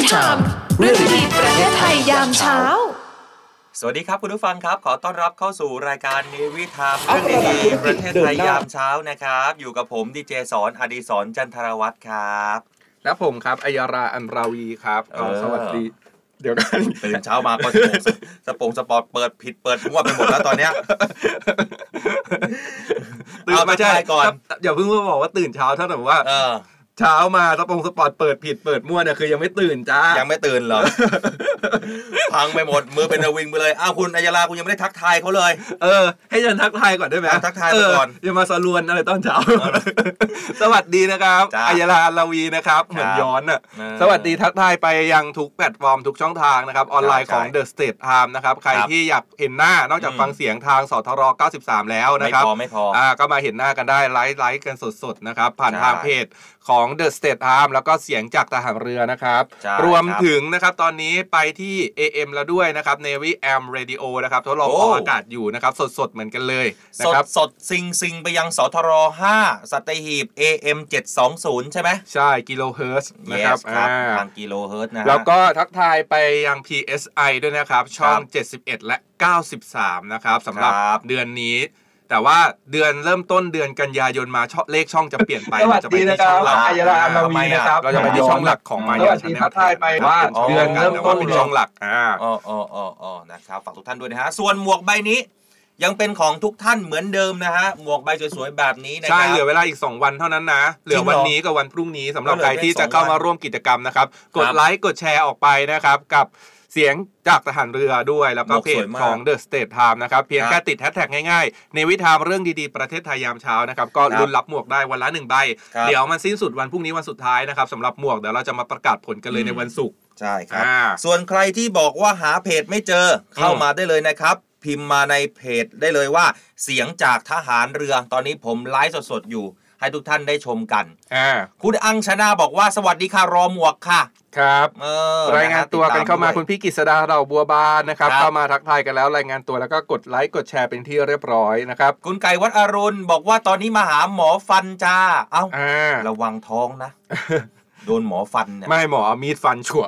ไทม์เรื่องดีประเทศไทยยามเช้าสวัสดีครับคุณผู้ฟังครับขอต้อนรับเข้าสู่รายการนิวิธามเรื่องดีประเทศไทยยามเช้านะครับอยู่กับผมดีเจสอนอดิศรจันทรวัฒน์ครับและผมครับอัยราอันราวีครับสวัสดีเดี๋ยวกันตื่นเช้ามาก็สปอร์ตเปิดผิดเปิดมั่วไปหมดแล้วตอนเนี้ยตื่นมาใช่ก่อนอย่าเพิ่งบอกว่าตื่นเช้าเท่ากับว่าเช้ามาสปอร์ตเปิดผิดเปิดมั่วเนี่ยคือยังไม่ตื่นจ้ายังไม่ตื่นเหรอพังไปหมดมือเป็นวิงไปเลยอ้าวคุณอัยราคุณยังไม่ได้ทักทายเขาเลยให้ฉันทักทายก่อนได้ไหมทักทายก่อนอย่ามาสลวนอะไรตอนเช้าสวัสดีนะครับอัยราอันราวีนะครับเหมือนย้อนอ่ะสวัสดีทักทายไปยังทุกแพลตฟอร์มทุกช่องทางนะครับออนไลน์ของ The State Time นะครับใครที่อยากเห็นหน้านอกจากฟังเสียงทางสทร93แล้วนะครับไม่พอก็มาเห็นหน้ากันได้ไลฟ์กันสดๆนะครับผ่านทางเพจของ The State Time แล้วก็เสียงจากทหารเรือนะครับรวมถึงนะครับตอนนี้ไปที่ AM แล้วด้วยนะครับ Navy AM Radio นะครับทดลองออกอากาศอยู่นะครับสดๆเหมือนกันเลยนะครับสดซิงไปยังสทร5สัตหีบ AM 720ใช่ไหมใช่กิโลเฮิรตซ์นะครับทางกิโลเฮิรตซ์นะแล้วก็ทักทายไปยัง PSI ด้วยนะครับช่อง71และ93นะครับสำหรับเดือนนี้แต่ว่าเดือนเริ่มต้นเดือนกันยายนมาเลขช่องจะเปลี่ยนไปเราจะไปที่ช่องหลักอัยราอันราวีนะครับเราจะไปที่ช่องหลักของมายาชาแนลทักทายไปว่าเดือนเริ่มต้นเป็นช่องหลักนะครับฝากทุกท่านด้วยนะฮะส่วนหมวกใบนี้ยังเป็นของทุกท่านเหมือนเดิมนะฮะหมวกใบสวยๆแบบนี้นะครับใช่เหลือเวลาอีก2วันเท่านั้นนะเหลือวันนี้กับวันพรุ่งนี้สำหรับใครที่จะเข้ามาร่วมกิจกรรมนะครับกดไลค์กดแชร์ออกไปนะครับกับเสียงจากทหารเรือด้วยแล้วก็เพจของ The State Time นะครับเพียงแค่ติดแฮชแท็กง่ายๆในวิธามเรื่องดีๆประเทศไทยยามเช้านะครับก็ลุ้นรับหมวกได้วันละ1ใบเดี๋ยวมันสิ้นสุดวันพรุ่งนี้วันสุดท้ายนะครับสำหรับหมวกเดี๋ยวเราจะมาประกาศผลกันเลยในวันศุกร์ใช่ครับส่วนใครที่บอกว่าหาเพจไม่เจอเข้ามาได้เลยนะครับพิมพ์มาในเพจได้เลยว่าเสียงจากทหารเรือตอนนี้ผมไลฟ์สดๆอยู่ให้ทุกท่านได้ชมกันคุณอังชนาบอกว่าสวัสดีค่ะรอหมวกค่ะครับรายงานตัวกันเข้ามาคุณพี่กฤษดาเราบัวบานนะครับเข้ามาทักทายกันแล้วรายงานตัวแล้วก็กดไลค์กดแชร์เป็นที่เรียบร้อยนะครับคุณไก่วัดอรุณบอกว่าตอนนี้มาหาหมอฟันจ้าระวังท้องนะโดนหมอฟันเนี่ยไม่หมอมีดฟันชั่ว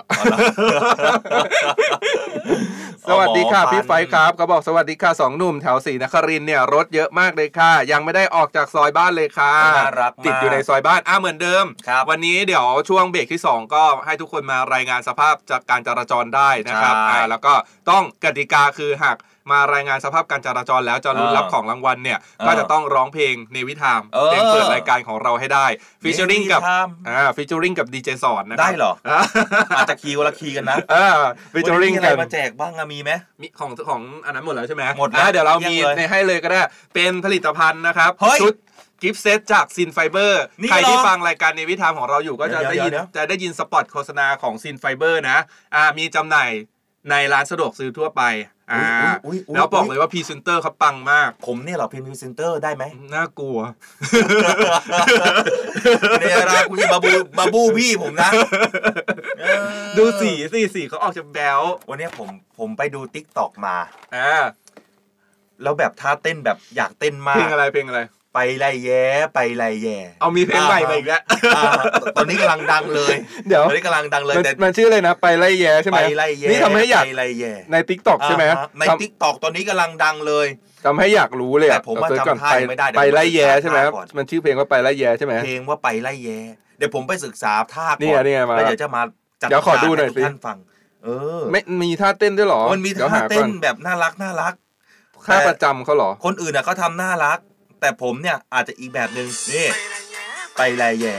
สวัสดีค่ะพี่ไฟครับเขาบอกสวัสดีค่ะ2หนุ่มแถวศรีนครินทร์เนี่ยรถเยอะมากเลยค่ะยังไม่ได้ออกจากซอยบ้านเลยค่ะติดอยู่ในซอยบ้านเหมือนเดิมวันนี้เดี๋ยวช่วงเบรกที่2ก็ให้ทุกคนมารายงานสภาพจากการจราจรได้นะครับแล้วก็ต้องกติกาคือหากมารายงานสภาพการจราจรแล้วจะลุ้นรับของรางวัลเนี่ยก็จะต้องร้องเพลงในวิธามเพลงเปิดรายการของเราให้ได้ฟีเจอริ่งกับดีเจสอนนะครับได้เหรออาจจะคีย์ละคีย์กันนะฟีเจอริ่งกันมาแจกบ้างมีไหมมีของอันนั้นหมดแล้วใช่ไหมหมดแล้วเดี๋ยวเรามีในให้เลยก็ได้เป็นผลิตภัณฑ์นะครับชุดกิฟต์เซตจากซินไฟเบอร์ใครที่ฟังรายการในวิธามของเราอยู่ก็จะได้ยินสปอตโฆษณาของซินไฟเบอร์นะมีจำหน่ายในร้านสะดวกซื้อทั่วไปแล้วบอกเลยว่าพรีเซนเตอร์เขาปังมากผมเนี่ยเหรอพรีเซนเตอร์ได้ไหมน่ากลัวเนี่ยนะคุณอย่ามาบูพี่ผมนะดูสีเขาออกจะแบ๊ววันนี้ผมไปดู TikTok มาแล้วแบบท่าเต้นแบบอยากเต้นมากเพลงอะไรไปไล่แย่ไปไล่แย่เอามีเพลงใหม่มาอีกแล้วตอนนี้กำลังดังเลยเดี๋ยวตอนนี้กำลังดังเลยแต่มันชื่ออะไรนะไปไล่แย่ใช่ไหมไปไล่แย่นี่ทำให้อยากใน TikTok ใช่ไหมใน TikTok ตอนนี้กำลังดังเลยทำให้อยากรู้เลยแต่ผมว่าจำท่าไม่ได้ไปไล่แย่ใช่ไหมมันชื่อเพลงว่าไปไล่แย่ใช่ไหมเพลงว่าไปไล่แย่เดี๋ยวผมไปศึกษาท่าก่อนแล้วเดี๋ยวจะมาจัดขอดูหน่อยสิท่านฟังไม่มีท่าเต้นด้วยหรอมันมีท่าเต้นแบบน่ารักค่าประจำเขาหรอคนอื่นเขาทำน่ารักแต่ผมเนี่ยอาจจะอีกแบบนึงนี่ไปไล่แย่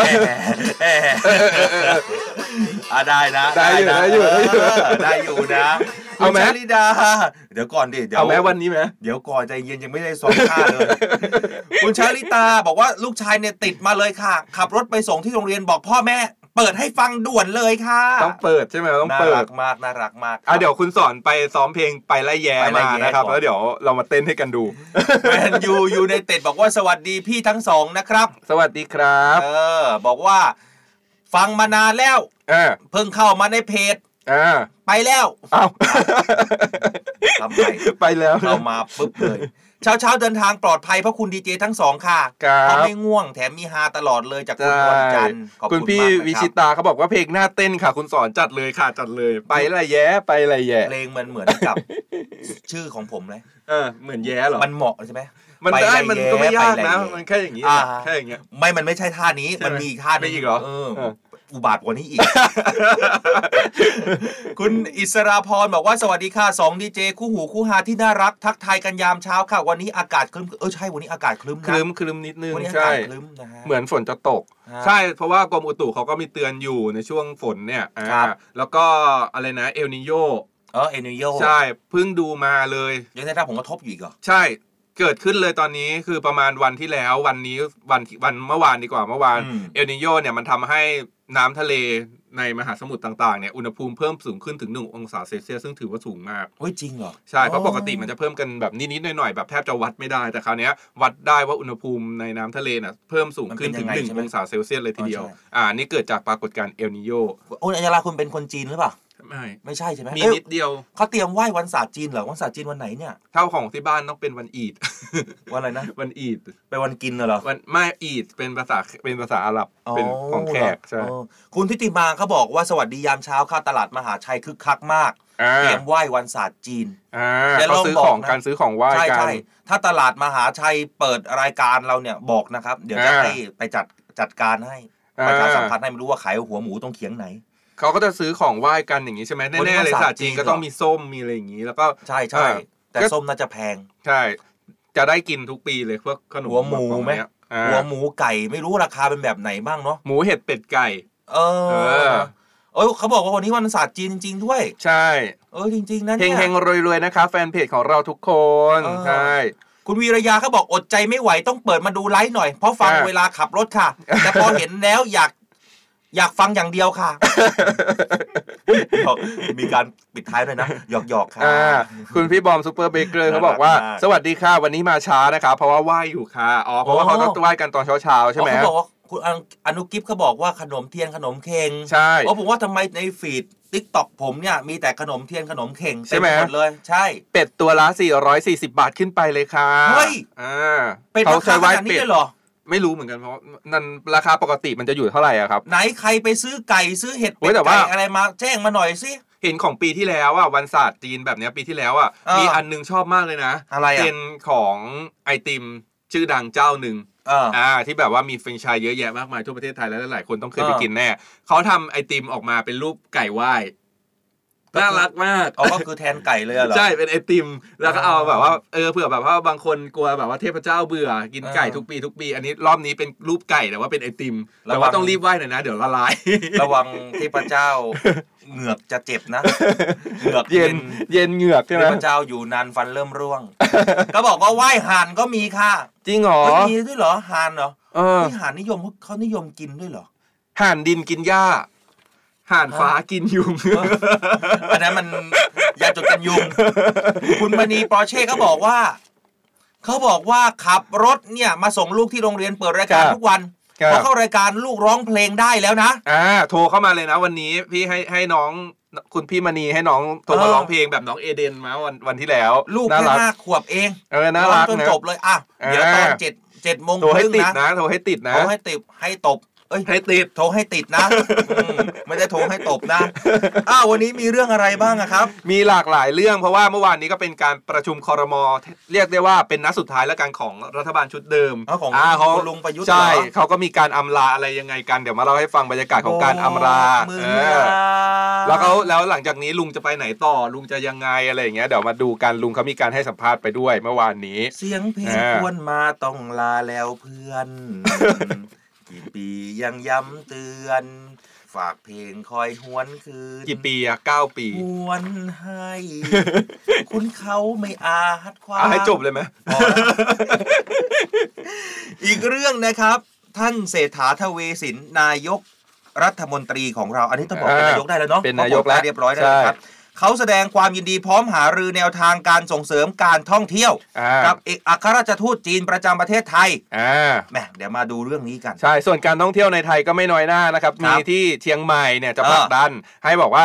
ได้นะได้อยู่นะเอาแม่ลิดาเดี๋ยวก่อนดิเอาแม่วันนี้ไหมเดี๋ยวก่อนใจเย็นยังไม่ได้ซ้อมท่าเลยคุณชาลิตาบอกว่าลูกชายเนี่ยติดมาเลยค่ะขับรถไปส่งที่โรงเรียนบอกพ่อแม่เปิดให้ฟังด่วนเลยค่ะต้องเปิดใช่ไหมต้องเปิดน่ารักมากเดี๋ยวคุณสอนไปซ้อมเพลงไปไล่แย่มานะครับแล้วเดี๋ยวเรามาเต้นให้กันดูแมนยูในเต็ดบอกว่าสวัสดีพี่ทั้งสองนะครับสวัสดีครับบอกว่าฟังมานานแล้วเพิ่งเข้ามาในเพจไปแล้วทำไมไปแล้วเข้ามาปุ๊บเลยเช้าเดินทางปลอดภัยเพราะคุณดีเจทั้งสองค่ะเขาไม่ง่วงแถมมีฮาตลอดเลยจากคุณวันจันทร์ขอบคุณพี่วิชิตาเขาบอกว่าเพลงน่าเต้นค่ะคุณสอนจัดเลยค่ะจัดเลยไปละแย่ไปละแย่เพลงมันเหมือนกับชื่อของผมเลยเหมือนแย่หรอมันเหมาะใช่ไหมมันได้มันก็ไม่ยากนะมันแค่อย่างนี้แค่อย่างเงี้ยมันไม่ใช่ท่านี้มันมีอีกท่านึงอีกเหรออุบาทกว่านี้อีก คุณอิสราพรบอกว่าสวัสดีค่ะ2ดีเจคู่หูคู่หาที่น่ารักทักทายกันยามเช้าค่ะวันนี้อากาศครึ้มใช่วันนี้อากาศครึ้มนิดนึงใช่เหมือนฝนจะตกใช่เพราะว่ากรมอุตุเขาก็มีเตือนอยู่ในช่วงฝนเนี่ยแล้วก็อะไรนะเอลนิโยเอลนิโยใช่เพิ่งดูมาเลยยังได้รับผลกระทบอยู่อีกเหรอใช่เกิดขึ้นเลยตอนนี้คือประมาณวันที่แล้ววันนี้วันเมื่อวานดีกว่าเมื่อวานเอลนิโยเนี่ยมันทำให้น้ำทะเลในมหาสมุทรต่างๆเนี่ยอุณหภูมิเพิ่มสูงขึ้นถึง1 องศาเซลเซียสซึ่งถือว่าสูงมากเฮ้ยจริงเหรอใช่เพราะปกติมันจะเพิ่มกันแบบนิดๆหน่อยๆแบบแทบจะวัดไม่ได้แต่คราวนี้วัดได้ว่าอุณหภูมิในน้ำทะเลน่ะเพิ่มสูงขึ้นถึง1 องศาเซลเซียสเลยทีเดียวนี่เกิดจากปรากฏการณ์เอลนิโยอัญญาลาคุณเป็นคนจีนหรือเปล่าไม่ใช่ใช่ไหมมีนิดเดียวเขาเตรียมไหว้วันศาสตร์จีนเหรอวันศาสตร์จีนวันไหนเนี่ยเท่าของที่บ้านต้องเป็นวันอีดวันอะไรนะวันอีดเป็นวันกินเหรอวันไม่อีดเป็นภาษาอาหรับเป็นของแขกใช่คุณทิติมาเขาบอกว่าสวัสดียามเช้าค่ะตลาดมหาชัยคึกคักมากเตรียมไหว้วันศาสตร์จีนเขาซื้อของการซื้อของไหว้กันใช่ถ้าตลาดมหาชัยเปิดรายการเราเนี่ยบอกนะครับเดี๋ยวจะให้ไปจัดการให้ประชาสัมพันธ์ให้ไม่รู้ว่าขายหัวหมูตรงเขียงไหนเขาก็จะซื้อของไหว้กันอย่างนี้ใช่ไหมแน่ๆเลยศาสตร์จีนก็ต้องมีส้มมีอะไรอย่างนี้แล้วก็ใช่แต่ส้มน่าจะแพงใช่จะได้กินทุกปีเลยพวกขนมหัวหมูไหมหัวหมูไก่ไม่รู้ราคาเป็นแบบไหนบ้างเนาะหมูเห็ดเป็ดไก่เขาบอกว่าวันนี้วันศาสตร์จีนจริงๆด้วยใช่จริงๆนะเนี่ยเฮงๆรวยๆนะคะแฟนเพจของเราทุกคนใช่คุณวีรยาเขาบอกอดใจไม่ไหวต้องเปิดมาดูไลฟ์หน่อยเพราะฟังเวลาขับรถค่ะแต่พอเห็นแล้วอยากฟังอย่างเดียวค่ะมีการปิดท้ายด้วยนะหยอกๆค่ะคุณพี่บอมซุปเปอร์เบเกอร์เขาบอกว่าสวัสดีค่ะวันนี้มาช้านะคะเพราะว่าไหว้อยู่ค่ะเพราะว่าเขาต้องไหว้กันตอนเช้าใช่ไหมเขาบอกว่าคุณอนุกิฟต์เขาบอกว่าขนมเทียนขนมเค็งใช่ผมว่าทำไมในฟีดTikTok ผมเนี่ยมีแต่ขนมเทียนขนมเค็งเต็มหมดเลยใช่เป็ดตัวละ440 บาทขึ้นไปเลยค่ะเฮ้ยเป็ดราคาแบบนี้เลยเหรอไม่รู้เหมือนกันเพราะนั่นราคาปกติมันจะอยู่เท่าไหร่อะครับไหนใครไปซื้อไก่ซื้อเห็ดเป็ดไก่อะไรมาแจ้งมาหน่อยสิเห็นของปีที่แล้วอ่ะวันศาสตร์จีนแบบนี้ปีที่แล้วอ่ะมีอันนึงชอบมากเลยนะอะไรอ่ะเป็นของไอติมชื่อดังเจ้าหนึ่งที่แบบว่ามีแฟรนไชส์เยอะแยะมากมายทั่วประเทศไทยแล้วหลายคนต้องเคยไปกินแน่เขาทำไอติมออกมาเป็นรูปไก่ไหว้น่ารักมากก็คือแทนไก่เลยเหรอใช่เป็นไอติมแล้วก็เอาแบบว่าเผื่อแบบว่าบางคนกลัวแบบว่าเทพเจ้าเบื่อกินไก่ทุกปีอันนี้รอบนี้เป็นรูปไก่แต่ว่าเป็นไอติมแต่ว่าต้องรีบไหว้หน่อยนะเดี๋ยวละลายระวังเทพเจ้าเหงือกจะเจ็บนะเหงือกเย็นเหงือกใช่ไหมเทพเจ้าอยู่นานฟันเริ่มร่วงก็บอกว่าไหว้ห่านก็มีค่ะจริงเหรอมีด้วยเหรอห่านเหรอที่ห่านนิยมเขานิยมกินด้วยเหรอห่านดินกินหญ้าห่านฟ้ากินยุงอันนั้นมันยาจุดกันยุงคุณมณีปอร์เช่เขาบอกว่าขับรถเนี่ยมาส่งลูกที่โรงเรียนเปิดรายการทุกวันพอเข้ารายการลูกร้องเพลงได้แล้วนะโทรเข้ามาเลยนะวันนี้พี่ให้น้องคุณพี่มณีให้น้องโทรมาร้องเพลงแบบน้องเอเดนมาวันที่แล้วลูกแค่5 ขวบเองน่ารักจนจบเลยเดี๋ยวตอน7 โมงโทรให้ติดนะโทรให้ติดนะให้ตบให้ติดโทรให้ติดนะไม่ได้โทรให้ตบนะวันนี้มีเรื่องอะไรบ้างครับมีหลากหลายเรื่องเพราะว่าเมื่อวานนี้ก็เป็นการประชุมครม.เรียกได้ว่าเป็นนัดสุดท้ายแล้วกันของรัฐบาลชุดเดิมของลุงประยุทธ์ใช่เขาก็มีการอำลาอะไรยังไงกันเดี๋ยวมาเล่าให้ฟังบรรยากาศของการอำลาแล้วหลังจากนี้ลุงจะไปไหนต่อลุงจะยังไงอะไรอย่างเงี้ยเดี๋ยวมาดูกันลุงเขามีการให้สัมภาษณ์ไปด้วยเมื่อวานนี้เสียงเพลงควรมาต้องลาแล้วเพื่อนกี่ปียังย้ำเตือนฝากเพลงคอยหวนคืนกี่ปี9 ปีหวนให้คุณเขาไม่อาจคว้าให้จบเลยไหมอีกเรื่องนะครับท่านเศรษฐาทวีสินนายกรัฐมนตรีของเราอันนี้ต้องบอกเป็นนายกได้แล้วเนาะเป็นนายกแล้วเรียบร้อยแล้วครับเขาแสดงความยินดีพร้อมหารือแนวทางการส่งเสริมการท่องเที่ยวกับเอกอัครราชทูตจีนประจำประเทศไทยแหมเดี๋ยวมาดูเรื่องนี้กันใช่ส่วนการท่องเที่ยวในไทยก็ไม่น้อยหน้านะครับมีที่เชียงใหม่เนี่ยจะผลักดันให้บอกว่าเ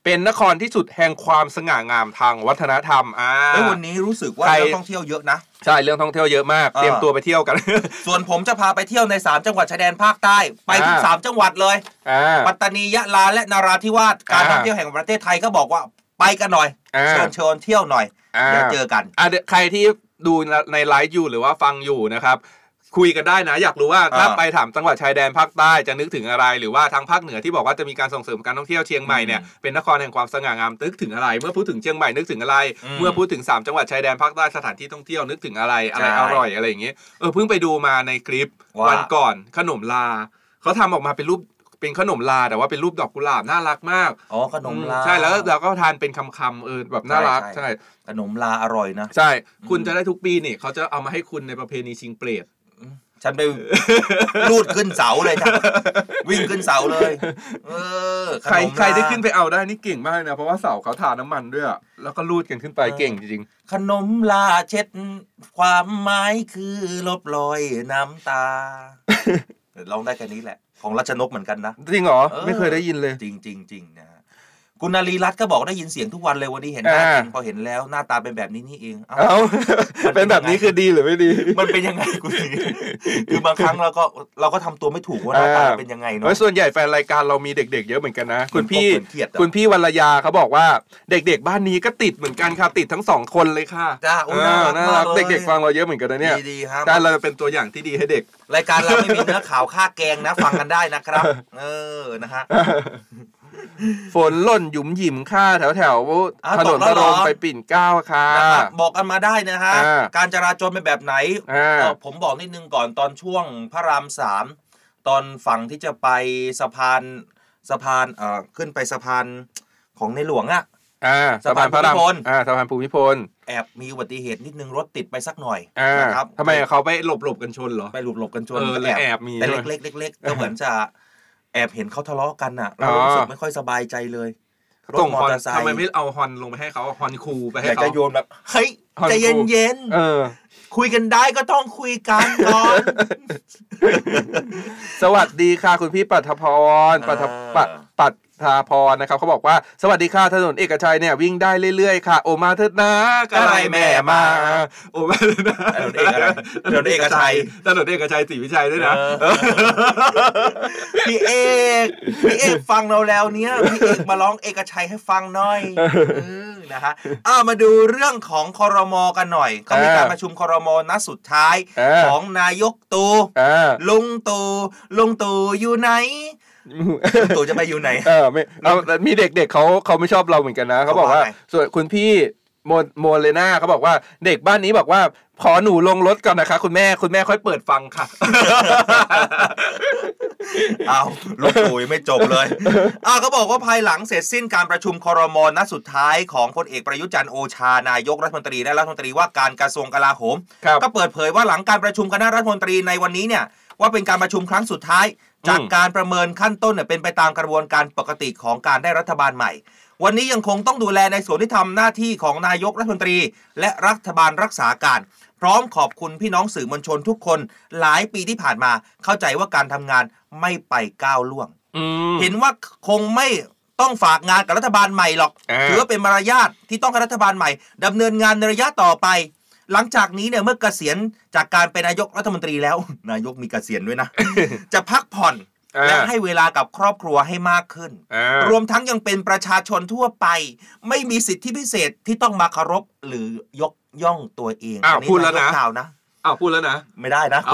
เป็นนครที่สุดแห่งความสง่างามทางวัฒนธรรมแล้ววันนี้รู้สึกว่าเรื่องท่องเที่ยวเยอะนะใช่เรื่องท่องเที่ยวเยอะมากเตรียมตัวไปเที่ยวกันส่วนผมจะพาไปเที่ยวใน3จังหวัดชายแดนภาคใต้ไปทุก3จังหวัดเลยปัตตานียะลาและนราธิวาสการท่องเที่ยวแห่งประเทศไทยก็บอกว่าไปกันหน่อยเชิญเที่ยวหน่อยเดี๋ยวเจอกันใครที่ดูในไลฟ์อยู่หรือว่าฟังอยู่นะครับคุยกันได้นะอยากรู้ว่าถ้าไปถามจังหวัดชายแดนภาคใต้จะนึกถึงอะไรหรือว่าทางภาคเหนือที่บอกว่าจะมีการส่งเสริมการท่องเที่ยวเชียงใหม่เนี่ยเป็นนครแห่งความสง่างามนึกถึงอะไรเมื่อพูดถึงเชียงใหม่นึกถึงอะไรเมื่อพูดถึง3จังหวัดชายแดนภาคใต้สถานที่ท่องเที่ยวนึกถึงอะไรอร่อยอะไรอย่างเงี้ยเพิ่งไปดูมาในคลิปวันก่อนขนมลาเขาทำออกมาเป็นรูปเป็นขนมลาแต่ว่าเป็นรูปดอกกุหลาบน่ารักมากขนมลาใช่แล้วเราก็ทานเป็นคำแบบน่ารักใช่ขนมลาอร่อยนะใช่คุณจะได้ทุกปีนี่เขาจะเอามาให้คุณในประเพณีชิงเปรตฉันไปลูดขึ้นเสาเลยจ้ะวิ่งขึ้นเสาเลยใครได้ขึ้นไปเอาได้นี่เก่งมากนะเพราะว่าเสาเขาทาน้ำมันด้วยแล้วก็ลูดกันขึ้นไปเก่งจริงขนมลาเช็ดความหมายคือลบรอยน้ำตาร้องได้แค่นี้แหละของรัชนกเหมือนกันนะจริงเหรอไม่เคยได้ยินเลยจริงนะคุณนารีรัตน์ก็บอกได้ยินเสียงทุกวันเลยวันนี้เห็นหน้าจริงพอเห็นแล้วหน้าตาเป็นแบบนี้นี่เองเป็นแบบนี้คือดีหรือไม่ดีมันเป็นยังไงคุณคือบางครั้งเราก็ทำตัวไม่ถูกว่าหน้าตาเป็นยังไงเนาะส่วนใหญ่แฟนรายการเรามีเด็กๆเยอะเหมือนกันนะคุณพี่วรรยาเขาบอกว่าเด็กๆบ้านนี้ก็ติดเหมือนกันค่ะติดทั้ง2คนเลยค่ะจ้าน่ารักเด็กๆฟังเราเยอะเหมือนกันนะเนี่ยดีๆครับแต่เราเป็นตัวอย่างที่ดีให้เด็กรายการเราไม่มีเนื้อข่าวค่าแกงนะฟังกันได้นะครับนะฮะฝนหล่นหยุมหยิมค่าแถวถนนพระรมไปปิ่นเกล้าค่ะบอกกันมาได้นะฮะการจราจรเป็นแบบไหนผมบอกนิดนึงก่อนตอนช่วงพระราม3ตอนฝั่งที่จะไปสะพานขึ้นไปสะพานของในหลวงสะพานภูมิพลสะพานภูมิพลแอบมีอุบัติเหตุนิดนึงรถติดไปสักหน่อยนะครับทำไมเขาไปหลบกันชนเหรอไปหลบกันชนแอบมีแต่เล็กๆก็เหมือนจะแอบเห็นเขาทะเลาะกันน่ะเรารู้สึกไม่ค่อยสบายใจเลยรถมอเตอร์ไซค์ทำไมไม่เอาฮอนลงไปให้เขาฮอนคูไปให้เขาจะโยนแบบเฮ้ยใจเย็นๆคุยกันได้ก็ต้องคุยกันก่อนสวัสดีค่ะคุณพี่ปัทภรปัทาพรนะครับเขาบอกว่าสวัสดีค่ะถนนเอกชัยเนี่ยวิ่งได้เรื่อยๆค่ะโอมาเถิดนะกะไรแม่มาโอมาเถิดนะถนนเอกชัยศรีวิชัยด้วยนะพี่เอกฟังเราแล้วเนี้ยพี่เอกมาร้องเอกชัยให้ฟังหน่อยนะฮะมาดูเรื่องของครม.กันหน่อยเขามีการประชุมครม.นัดสุดท้ายของนายกตู่ลุงตู่อยู่ไหนตู่จะไปอยู่ไหนไม่มีเด็กๆเขาไม่ชอบเราเหมือนกันนะเขาบอกว่าส่วนคุณพี่โมเลน่าเขาบอกว่าเด็กบ้านนี้บอกว่าขอหนูลงรถก่อนนะคะคุณแม่ค่อยเปิดฟังค่ะลูกตู่ยังไม่จบเลยเขาบอกว่าภายหลังเสร็จสิ้นการประชุมครม.นัดสุดท้ายของพลเอกประยุทธ์จันทร์โอชานายกรัฐมนตรีและรัฐมนตรีว่าการกระทรวงกลาโหมก็เปิดเผยว่าหลังการประชุมคณะรัฐมนตรีในวันนี้เนี่ยว่าเป็นการประชุมครั้งสุดท้ายจากการประเมินขั้นต้นเนี่ยเป็นไปตามกระบวนการปกติของการได้รัฐบาลใหม่วันนี้ยังคงต้องดูแลในส่วนที่ทำหน้าที่ของนายกรัฐมนตรีและรัฐบาลรักษาการพร้อมขอบคุณพี่น้องสื่อมวลชนทุกคนหลายปีที่ผ่านมาเข้าใจว่าการทำงานไม่ไปก้าวล่วงเห็นว่าคงไม่ต้องฝากงานกับรัฐบาลใหม่หรอกถือว่าเป็นมารยาทที่ต้องให้รัฐบาลใหม่ดำเนินงานในระยะต่อไปหลังจากนี้เนี่ยเมื่อเกษียณจากการเป็นนายกรัฐมนตรีแล้วนายกมีเกษียณด้วยนะ จะพักผ่อนและให้เวลากับครอบครัวให้มากขึ้นรวมทั้งยังเป็นประชาชนทั่วไปไม่มีสิทธิพิเศษที่ต้องมาเคารพหรือยกย่องตัวเองพูดแล้วนะ พูดแล้วนะไม่ได้นะ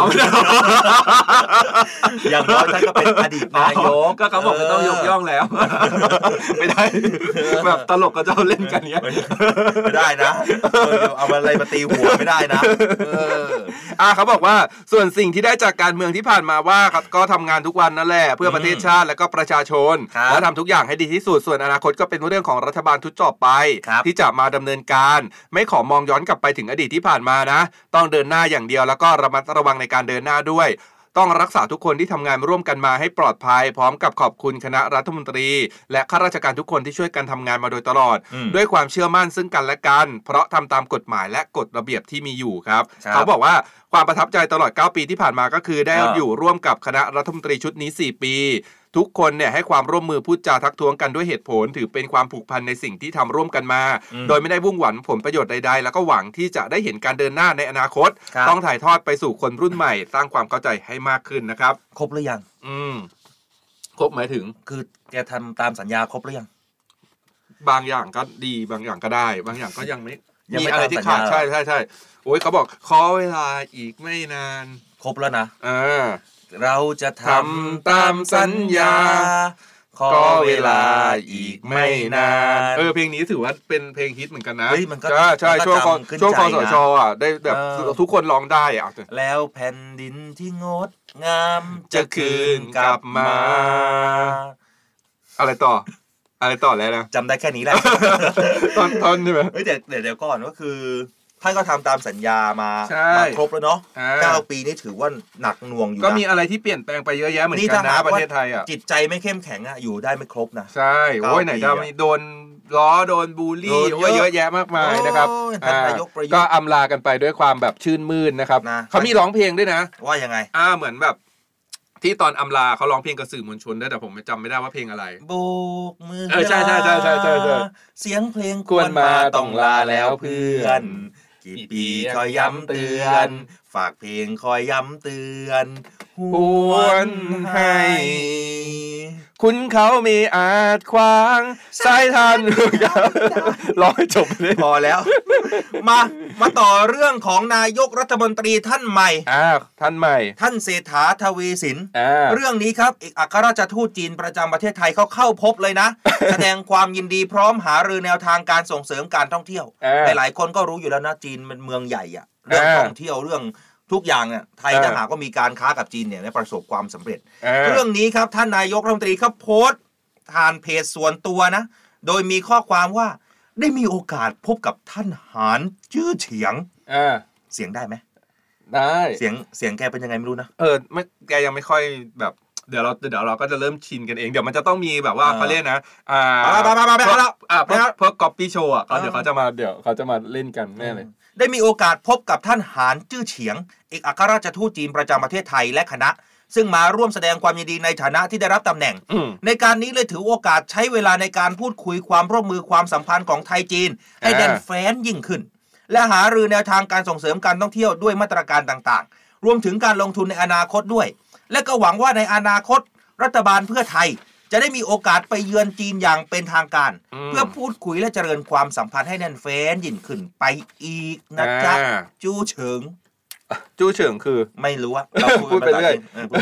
อย่างน้อยท่านก็เป็นอดีตนายกก็เขาบอกไม่ต้องยกย่องแล้วไม่ได้แบบตลกก็จะเล่นกันเนี้ยไม่ได้นะเอาอะไรมาตีหัวไม่ได้นะเขาบอกว่าส่วนสิ่งที่ได้จากการเมืองที่ผ่านมาว่าก็ทำงานทุกวันนั่นแหละเพื่อประเทศชาติและก็ประชาชนและทำทุกอย่างให้ดีที่สุดส่วนอนาคตก็เป็นเรื่องของรัฐบาลชุดต่อไปที่จะมาดำเนินการไม่ขอมองย้อนกลับไปถึงอดีตที่ผ่านมานะต้องเดินหน้าอย่างเดียวแล้วก็ระมัดระวังในการเดินหน้าด้วยต้องรักษาทุกคนที่ทำงานร่วมกันมาให้ปลอดภัยพร้อมกับขอบคุณคณะรัฐมนตรีและข้าราชการทุกคนที่ช่วยกันทำงานมาโดยตลอดด้วยความเชื่อมั่นซึ่งกันและกันเพราะทำตามกฎหมายและกฎระเบียบที่มีอยู่ครับเขาบอกว่าความประทับใจตลอด9ปีที่ผ่านมาก็คือได้อยู่ร่วมกับคณะรัฐมนตรีชุดนี้4ปีทุกคนเนี่ยให้ความร่วมมือพูดจาทักท้วงกันด้วยเหตุผลถือเป็นความผูกพันในสิ่งที่ทำร่วมกันมาโดยไม่ได้มุ่งหวังผลประโยชน์ใดๆแล้วก็หวังที่จะได้เห็นการเดินหน้าในอนาคตต้องถ่ายทอดไปสู่คนรุ่นใหม่สร้างความเข้าใจให้มากขึ้นนะครับครบหรือยังครบหมายถึงคือแกทำตามสัญญาครบหรือยังบางอย่างก็ดีบางอย่างก็ได้บางอย่างก็ยังไม่มีอะไรที่ขาดใช่โอ้ยเขาบอกขอเวลาอีกไม่นานครบแล้วนะเราจะทำตามสัญญาขอเวลาอีกไม่นานเพลงนี้ถือว่าเป็นเพลงฮิตเหมือนกันนะใช่ช่วงคสช.อ่ะได้แบบทุกคนร้องได้อ่ะแล้วแผ่นดินที่งดงามจะคืนกลับมาอะไรต่อแล้วนะจำได้แค่นี้แหละตอนใช่ไหมเดี๋ยวก่อนก็คือท่านก็ทำตามสัญญามาครบแล้วเนาะ9 ปีนี่ถือว่าหนักหน่วงอยู่ก็มีอะไรที่เปลี่ยนแปลงไปเยอะแยะเหมือนกันนะประเทศไทยอ่ะจิตใจไม่เข้มแข็งอ่ะอยู่ได้ไม่ครบนะใช่โอ้ยไหนจะมีโดนล้อโดนบูลลี่เยอะแยะมากมายนะครับก็อำลากันไปด้วยความแบบชื่นมื่นนะครับเขามีร้องเพลงด้วยนะว่ายังไงเหมือนแบบที่ตอนอำลาเขาร้องเพลงกับสื่อมวลชนได้แต่ผมจำไม่ได้ว่าเพลงอะไรโบกมือใช่เสียงเพลงควรมาต้องลาแล้วเพื่อนกี่ปีคอยย้ำเตือนฝากเพลงคอยย้ำเตือนหวนให้คุณเขามีอาจขวางสายทานร้องให้จบเลยพอแล้วมาต่อเรื่องของนายกรัฐมนตรีท่านใหม่ท่านเศรษฐาทวีสินเรื่องนี้ครับเอกอัครราชทูตจีนประจำประเทศไทยเขาเข้าพบเลยนะแสดงความยินดีพร้อมหารือแนวทางการส่งเสริมการท่องเที่ยวหลายคนก็รู้อยู่แล้วนะจีนเป็นเมืองใหญ่อะเรื่องท่องเที่ยวเรื่องทุกอย่างเนี่ยไทยถ้าหากว่ามีการค้ากับจีนเนี่ยได้ประสบความสำเร็จเรื่องนี้ครับท่านนายกรัฐมนตรีเขาโพสต์ผ่านเพจส่วนตัวนะโดยมีข้อความว่าได้มีโอกาสพบกับท่านหานจื้อเฉียงเสียงได้ไหมได้เสียงแกเป็นยังไงไม่รู้นะไม่แกยังไม่ค่อยแบบเดี๋ยวเราก็จะเริ่มชินกันเองเดี๋ยวมันจะต้องมีแบบว่าเขาเล่นนะเพื่อก๊อปปี้โชว์อ่ะเดี๋ยวเขาจะมาเล่นกันแน่เลยได้มีโอกาสพบกับท่านหานจื้อเฉียงเอกอัครราชทูตจีนประจำประเทศไทยและคณะซึ่งมาร่วมแสดงความยินดีในฐานะที่ได้รับตำแหน่งในการนี้เลยถือโอกาสใช้เวลาในการพูดคุยความร่วมมือความสัมพันธ์ของไทยจีนให้แน่นแฟ้นยิ่งขึ้นและหารือแนวทางการส่งเสริมการท่องเที่ยวด้วยมาตรการต่างๆรวมถึงการลงทุนในอนาคตด้วยและก็หวังว่าในอนาคตรัฐบาลเพื่อไทยจะได้มีโอกาสไปเยือนจีนอย่างเป็นทางการเพื่อพูดคุยและเจริญความสัมพันธ์ให้แน่นแฟ้นยิ่งขึ้นไปอีกนะจ๊ะจู้เฉิงคือไม่รู้ว่าเราพูดไปเรื่อย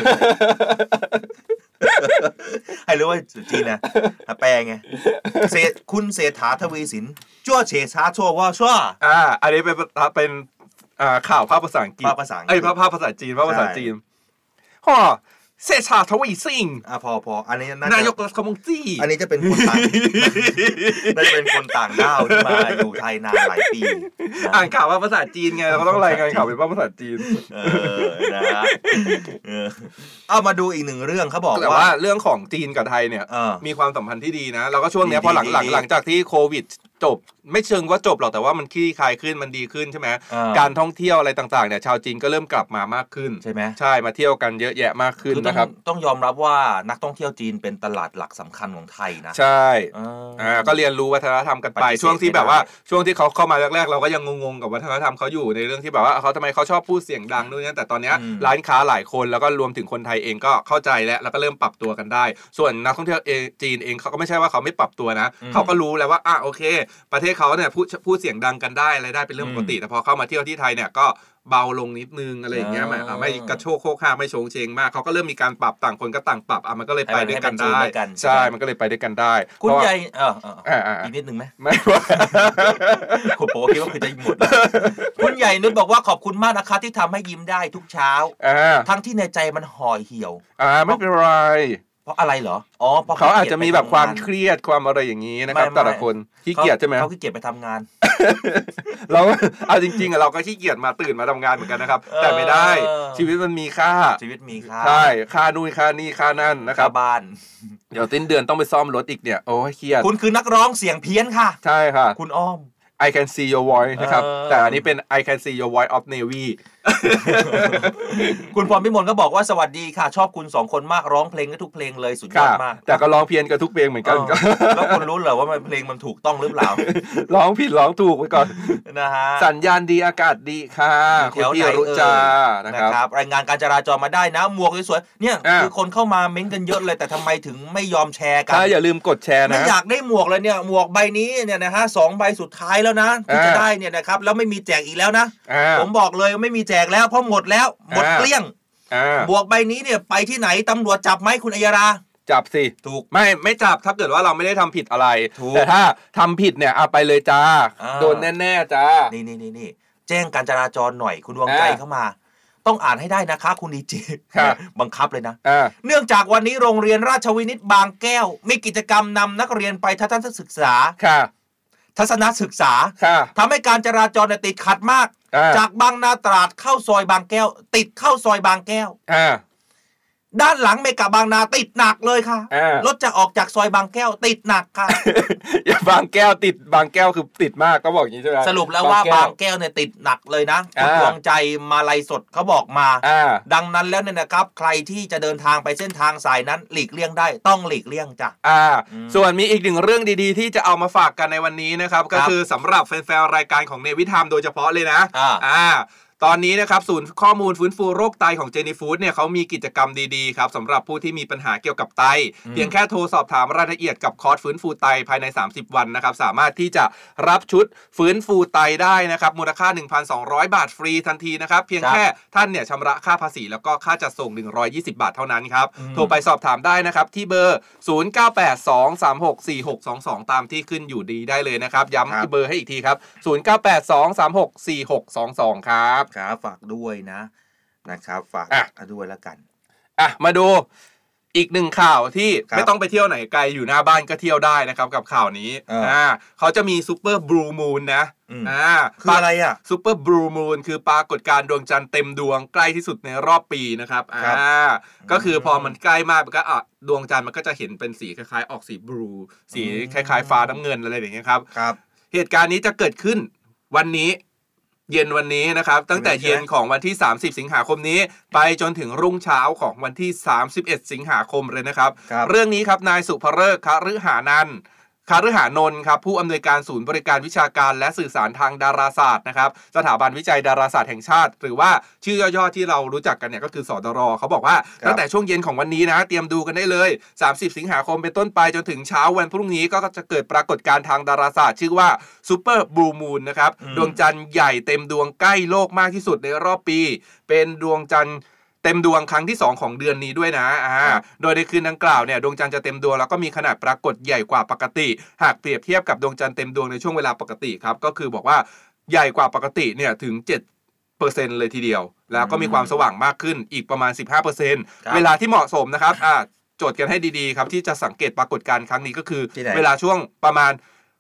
ให้รู้ว่าจีนนะแปลไงคุณเศรษฐาทวีสินจ้วเฉชาชั่วว่าชั่วอันนี้เป็นข่าวภาพภาษาอังกฤษภาพภาษาจีนฮ่อเศรษฐาทวีสินพออันนี้นายกรัฐมนตรีอันนี้จะเป็นคนต่างน่าจะเป็นคนต่างด้าวที่มาอยู่ไทยนานหลายปีอ่านข่าวว่าภาษาจีนไงเราก็ต้องรายงานข่าวเป็นภาษาจีนนะเอามาดูอีกหนึ่งเรื่องเขาบอกว่าเรื่องของจีนกับไทยเนี่ยมีความสัมพันธ์ที่ดีนะเราก็ช่วงนี้พอหลังจากที่โควิดจบไม่เชิงว่าจบหรอกแต่ว่ามันคลี่คลายขึ้นมันดีขึ้นใช่ไหมการท่องเที่ยวอะไรต่างๆเนี่ยชาวจีนก็เริ่มกลับมามากขึ้นใช่ไหมใช่มาเที่ยวกันเยอะแยะมากขึ้นนะครับต้องยอมรับว่านักท่องเที่ยวจีนเป็นตลาดหลักสำคัญของไทยนะใช่ก็เรียนรู้วัฒนธรรมกันไปช่วงที่แบบว่าช่วงที่เขาเข้ามาแรกๆเราก็ยังงงๆกับวัฒนธรรมเขาอยู่ในเรื่องที่แบบว่าเขาทำไมเขาชอบพูดเสียงดังนู่นนี่แต่ตอนนี้ร้านค้าหลายคนแล้วก็รวมถึงคนไทยเองก็เข้าใจแล้วก็เริ่มปรับตัวกันได้ส่วนนักท่องเที่ยวจีนเองเขาก็ไม่ใช่ว่าเขาไม่ปรับตัวนะเขาก็รู้แล้วว่าโอเคประเทศเขาเนี่ยพูดเสียงดังกันได้อะไรได้เป็นเรื่องปกติแต่พอเข้ามาเที่ยวที่ไทยเนี่ยก็เบาลงนิดนึงอะไรอย่างเงี้ยไม่กระโชกโคกฮาไม่โฉงเชงมากเขาก็เริ่มมีการปรับต่างคนก็ต่างปรับมันก็เลยไปด้วยกันได้ใช่มันก็เลยไปด้วยกันได้คุณใหญ่อีกนิดนึงไหมไม่ว่าคุณโป๊คิดว่าคือจะหมดคุณใหญ่นุชบอกว่าขอบคุณมากนะคะที่ทำให้ยิ้มได้ทุกเช้าทั้งที่ในใจมันห่อเหี่ยวไม่เป็นไรเพราะอะไรเหรอเพราะเขาอาจจะมีแบบความเครียดความอะไรอย่างนี้นะครับแต่ละคนขี้เกียจใช่ไหมเขาขี้เกียจไปทำงานเราเอาจริงๆเราก็ขี้เกียจมาตื่นมาทำงานเหมือนกันนะครับแต่ไม่ได้ชีวิตมันมีค่าใช่ค่านู่นค่านี่ค่านั่นนะครับบ้านเดี๋ยวสิ้นเดือนต้องไปซ่อมรถอีกเนี่ยโอ้ยเครียดคุณคือนักร้องเสียงเพี้ยนค่ะใช่ค่ะคุณอ้อม I can see your voice นะครับแต่อันนี้เป็น I can see your voice of Navy คุณพรพิมลก็บอกว่าสวัสดีค่ะชอบคุณ2คนมากร้องเพลงได้ทุกเพลงเลยสุดยอดมากแต่ก็ร้องเพี้ยนกับทุกเพลงเหมือนกันแล้วคุณรู้เหรอว่าเพลงมันถูกต้องหรือเปล่าร้องผิดร้องถูกไว้ก่อนนะฮะสัญญาณดีอากาศดีค่ะคุณพี่รุจานะครับรายงานการจราจรมาได้นะหมวกสวยๆเนี่ยคือคนเข้ามาเม้นกันเยอะเลยแต่ทำไมถึงไม่ยอมแชร์กันอย่าลืมกดแชร์นะไม่อยากได้หมวกเลยเนี่ยหมวกใบนี้เนี่ยนะฮะ2ใบสุดท้ายแล้วนะที่จะได้เนี่ยนะครับแล้วไม่มีแจกอีกแล้วนะผมบอกเลยไม่มีแจกแล้วเพราะหมดแล้วหมดเกลี้ยงหมวกใบนี้เนี่ยไปที่ไหนตำรวจจับไหมคุณอัยราจับสิถูกไม่จับถ้าเกิดว่าเราไม่ได้ทำผิดอะไรแต่ถ้าทำผิดเนี่ยเอาไปเลยจ้าโดนแน่ๆจ้านี่แจ้งการจราจรหน่อยคุณดวงใจเข้ามาต้องอ่านให้ได้นะคะคุณดีเจบังคับเลยนะเนื่องจากวันนี้โรงเรียนราชวินิตบางแก้วมีกิจกรรมนำนักเรียนไปทัศนศึกษาทัศนศึกษาทำให้การจราจรติดขัดมากจากบางนาตราดเข้าซอยบางแก้วติดเข้าซอยบางแก้วด้านหลังเมกะบางนาติดหนักเลยค่ะรถจะออกจากซอยบางแก้วติดหนักค่ะอย่าบางแก้วติดบางแก้วคือติดมากก็บอกอย่างนี้ใช่ไหมสรุปแล้วว่าบางแก้วเนี่ยติดหนักเลยนะคุณดวงใจมาลัยสดเขาบอกมาดังนั้นแล้วเนี่ยนะครับใครที่จะเดินทางไปเส้นทางสายนั้นหลีกเลี่ยงได้ต้องหลีกเลี่ยงจ้ะส่วนมีอีกหนึ่งเรื่องดีๆที่จะเอามาฝากกันในวันนี้นะครับก็คือสำหรับแฟนๆรายการของเนวิทามโดยเฉพาะเลยนะตอนนี้นะครับศูนย์ข้อมูลฟื้นฟูโรคไตของเจนี่ฟู้ดเนี่ยเขามีกิจกรรมดีๆครับสำหรับผู้ที่มีปัญหาเกี่ยวกับไตเพียงแค่โทรสอบถามรายละเอียดกับคอร์สฟื้นฟูไตภายใน30วันนะครับสามารถที่จะรับชุดฟื้นฟูไตได้นะครับมูลค่า 1,200 บาทฟรีทันทีนะครับเพียงแค่ท่านเนี่ยชำระค่าภาษีแล้วก็ค่าจัดส่ง120บาทเท่านั้นครับโทรไปสอบถามได้นะครับที่เบอร์0982364622ตามที่ขึ้นอยู่ดีได้เลยนะครับย้ำเบอร์ให้อีกทีครับ0982364622ครับฝากด้วยนะครับฝากด้วยแล้วกันมาดูอีกหนึ่งข่าวที่ไม่ต้องไปเที่ยวไหนไกลอยู่หน้าบ้านก็เที่ยวได้นะครับกับข่าวนี้เขาจะมีซูเปอร์บลูมูนนะคืออะไรซูเปอร์บลูมูนคือปรากฏการณ์ดวงจันทร์เต็มดวงใกล้ที่สุดในรอบปีนะครับก็คือพอมันใกล้มากก็ดวงจันทร์มันก็จะเห็นเป็นสีคล้ายๆออกสีบลูสีคล้ายๆฟ้าน้ำเงินอะไรอย่างเงี้ยครับเหตุการณ์นี้จะเกิดขึ้นวันนี้เย็นวันนี้นะครับตั้งแต่เย็นของวันที่30สิงหาคมนี้ไปจนถึงรุ่งเช้าของวันที่31สิงหาคมเลยนะครับเรื่องนี้ครับนายสุภเริกษ์ คฤหานันท์คฤหานนท์ครับผู้อำนวยการศูนย์บริการวิชาการและสื่อสารทางดาราศาสตร์นะครับสถาบันวิจัยดาราศาสตร์แห่งชาติหรือว่าชื่อย่อๆที่เรารู้จักกันเนี่ยก็คือสดร.เขาบอกว่าตั้งแต่ช่วงเย็นของวันนี้นะเตรียมดูกันได้เลย30สิงหาคมเป็นต้นไปจนถึงเช้าวันพรุ่งนี้ก็จะเกิดปรากฏการณ์ทางดาราศาสตร์ชื่อว่าซูเปอร์บลูมูนนะครับดวงจันทร์ใหญ่เต็มดวงใกล้โลกมากที่สุดในรอบปีเป็นดวงจันทร์เต็มดวงครั้งที่2ของเดือนนี้ด้วยนะโดยในคืนดังกล่าวเนี่ยดวงจันทร์จะเต็มดวงแล้วก็มีขนาดปรากฏใหญ่กว่าปกติหากเปรียบเทียบกับดวงจันทร์เต็มดวงในช่วงเวลาปกติครับก็คือบอกว่าใหญ่กว่าปกติเนี่ยถึง7%เลยทีเดียวแล้วก็มีความสว่างมากขึ้นอีกประมาณ 15% เวลาที่เหมาะสมนะครับโจทย์กันให้ดีๆครับที่จะสังเกตปรากฏการณ์ครั้งนี้ก็คือเวลาช่วงประมาณ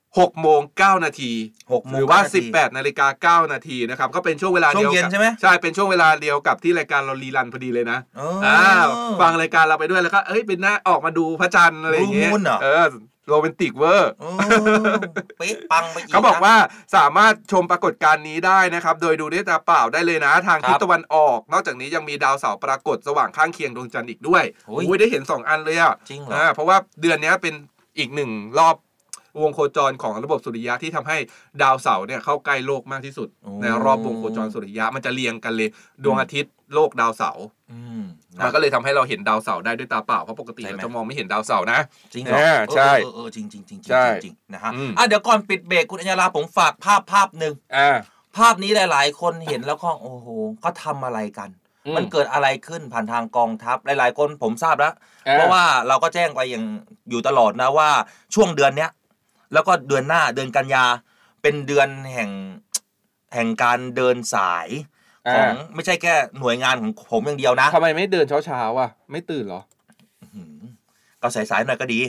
6:09 นาทีหรือว่า 18:09 นาทีนะครับก็เป็นช่วงเวลาเดียวกันใช่ไหมใช่เป็นช่วงเวลาเดียวกับที่รายการเรารีรันพอดีเลยนะฟังรายการเราไปด้วยแล้วก็เป็นหน้าออกมาดูพระจันทร์อะไรอย่างเงี้ยโรแมนติกเวอร์เป๊ะปังไปอีกเขาบอกว่าสามารถชมปรากฏการณ์นี้ได้นะครับโดยดูด้วยตาเปล่าได้เลยนะทางทิศตะวันออกนอกจากนี้ยังมีดาวเสาร์ปรากฏสว่างข้างเคียงดวงจันทร์อีกด้วยได้เห็น2อันเลยจริงเหรอเพราะว่าเดือนนี้เป็นอีก1รอบวงโคจรของระบบสุริยะที่ทำให้ดาวเสาร์เนี่ยเข้าใกล้โลกมากที่สุดในรอบวงโคจรสุริยะมันจะเรียงกันเลยดวงอาทิตย์โลกดาวเสาร์มันก็เลยทำให้เราเห็นดาวเสาร์ได้ด้วยตาเปล่าเพราะปกติเราจะมองไม่เห็นดาวเสาร์นะจริงเหรอใช่จริงจริงจริงจริงนะฮะเดี๋ยวก่อนปิดเบรกคุณอัญญาลาผมฝากภาพหนึ่งภาพนี้หลายๆคนเห็นแล้วก็โอ้โหเขาทำอะไรกันมันเกิดอะไรขึ้นผ่านทางกองทัพหลายๆคนผมทราบแล้วเพราะว่าเราก็แจ้งไปอย่างอยู่ตลอดนะว่าช่วงเดือนเนี้ยแล้วก็เดือนหน้าเดือนกันยาเป็นเดือนแห่งการเดินสายของไม่ใช่แค่หน่วยงานของผมอย่างเดียวนะทำไมไม่เดินเช้าๆอ่ะไม่ตื่นเหรอก็สายๆหน่อยก็ดี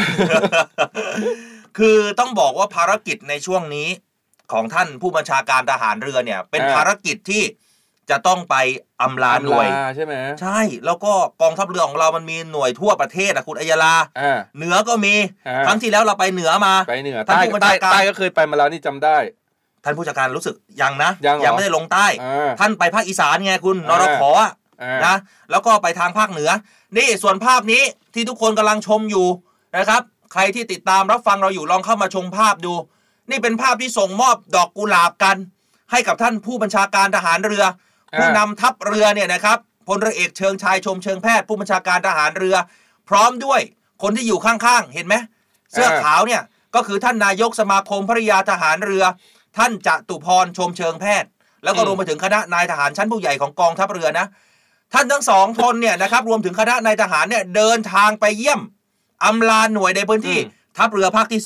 คือต้องบอกว่าภารกิจในช่วงนี้ของท่านผู้บัญชาการทหารเรือเนี่ยเป็นภารกิจที่จะต้องไปอำลาหน่วยใช่ไหมใช่แล้วก็กองทัพเรือของเรามันมีหน่วยทั่วประเทศคุณอัยยาลาเหนือก็มีครั้งที่แล้วเราไปเหนือมาไปเหนือใต้ก็เคยไปมาแล้วนี่จำได้ท่านผู้จัดการรู้สึกยังนะยังไม่ได้ลงใต้ท่านไปภาคอีสานไงคุณนรขนะแล้วก็ไปทางภาคเหนือนี่ส่วนภาพนี้ที่ทุกคนกำลังชมอยู่นะครับใครที่ติดตามรับฟังเราอยู่ลองเข้ามาชมภาพดูนี่เป็นภาพที่ส่งมอบดอกกุหลาบกันให้กับท่านผู้บัญชาการทหารเรือผู้นำทัพเรือเนี่ยนะครับพลเรือเอกเชิงชายชมเชิงแพทย์ผู้บัญชาการทหารเรือพร้อมด้วยคนที่อยู่ข้างๆเห็นไหมเสื้อขาวเนี่ยก็คือท่านนายกสมาคมภริยาทหารเรือท่านจตุพรชมเชิงแพทย์แล้วก็รวมไปถึงคณะนายทหารชั้นผู้ใหญ่ของกองทัพเรือนะท่านทั้งสองคนเนี่ยนะครับรวมถึงคณะนายทหารเนี่ยเดินทางไปเยี่ยมอำลาหน่วยในพื้นที่ทัพเรือภาคที่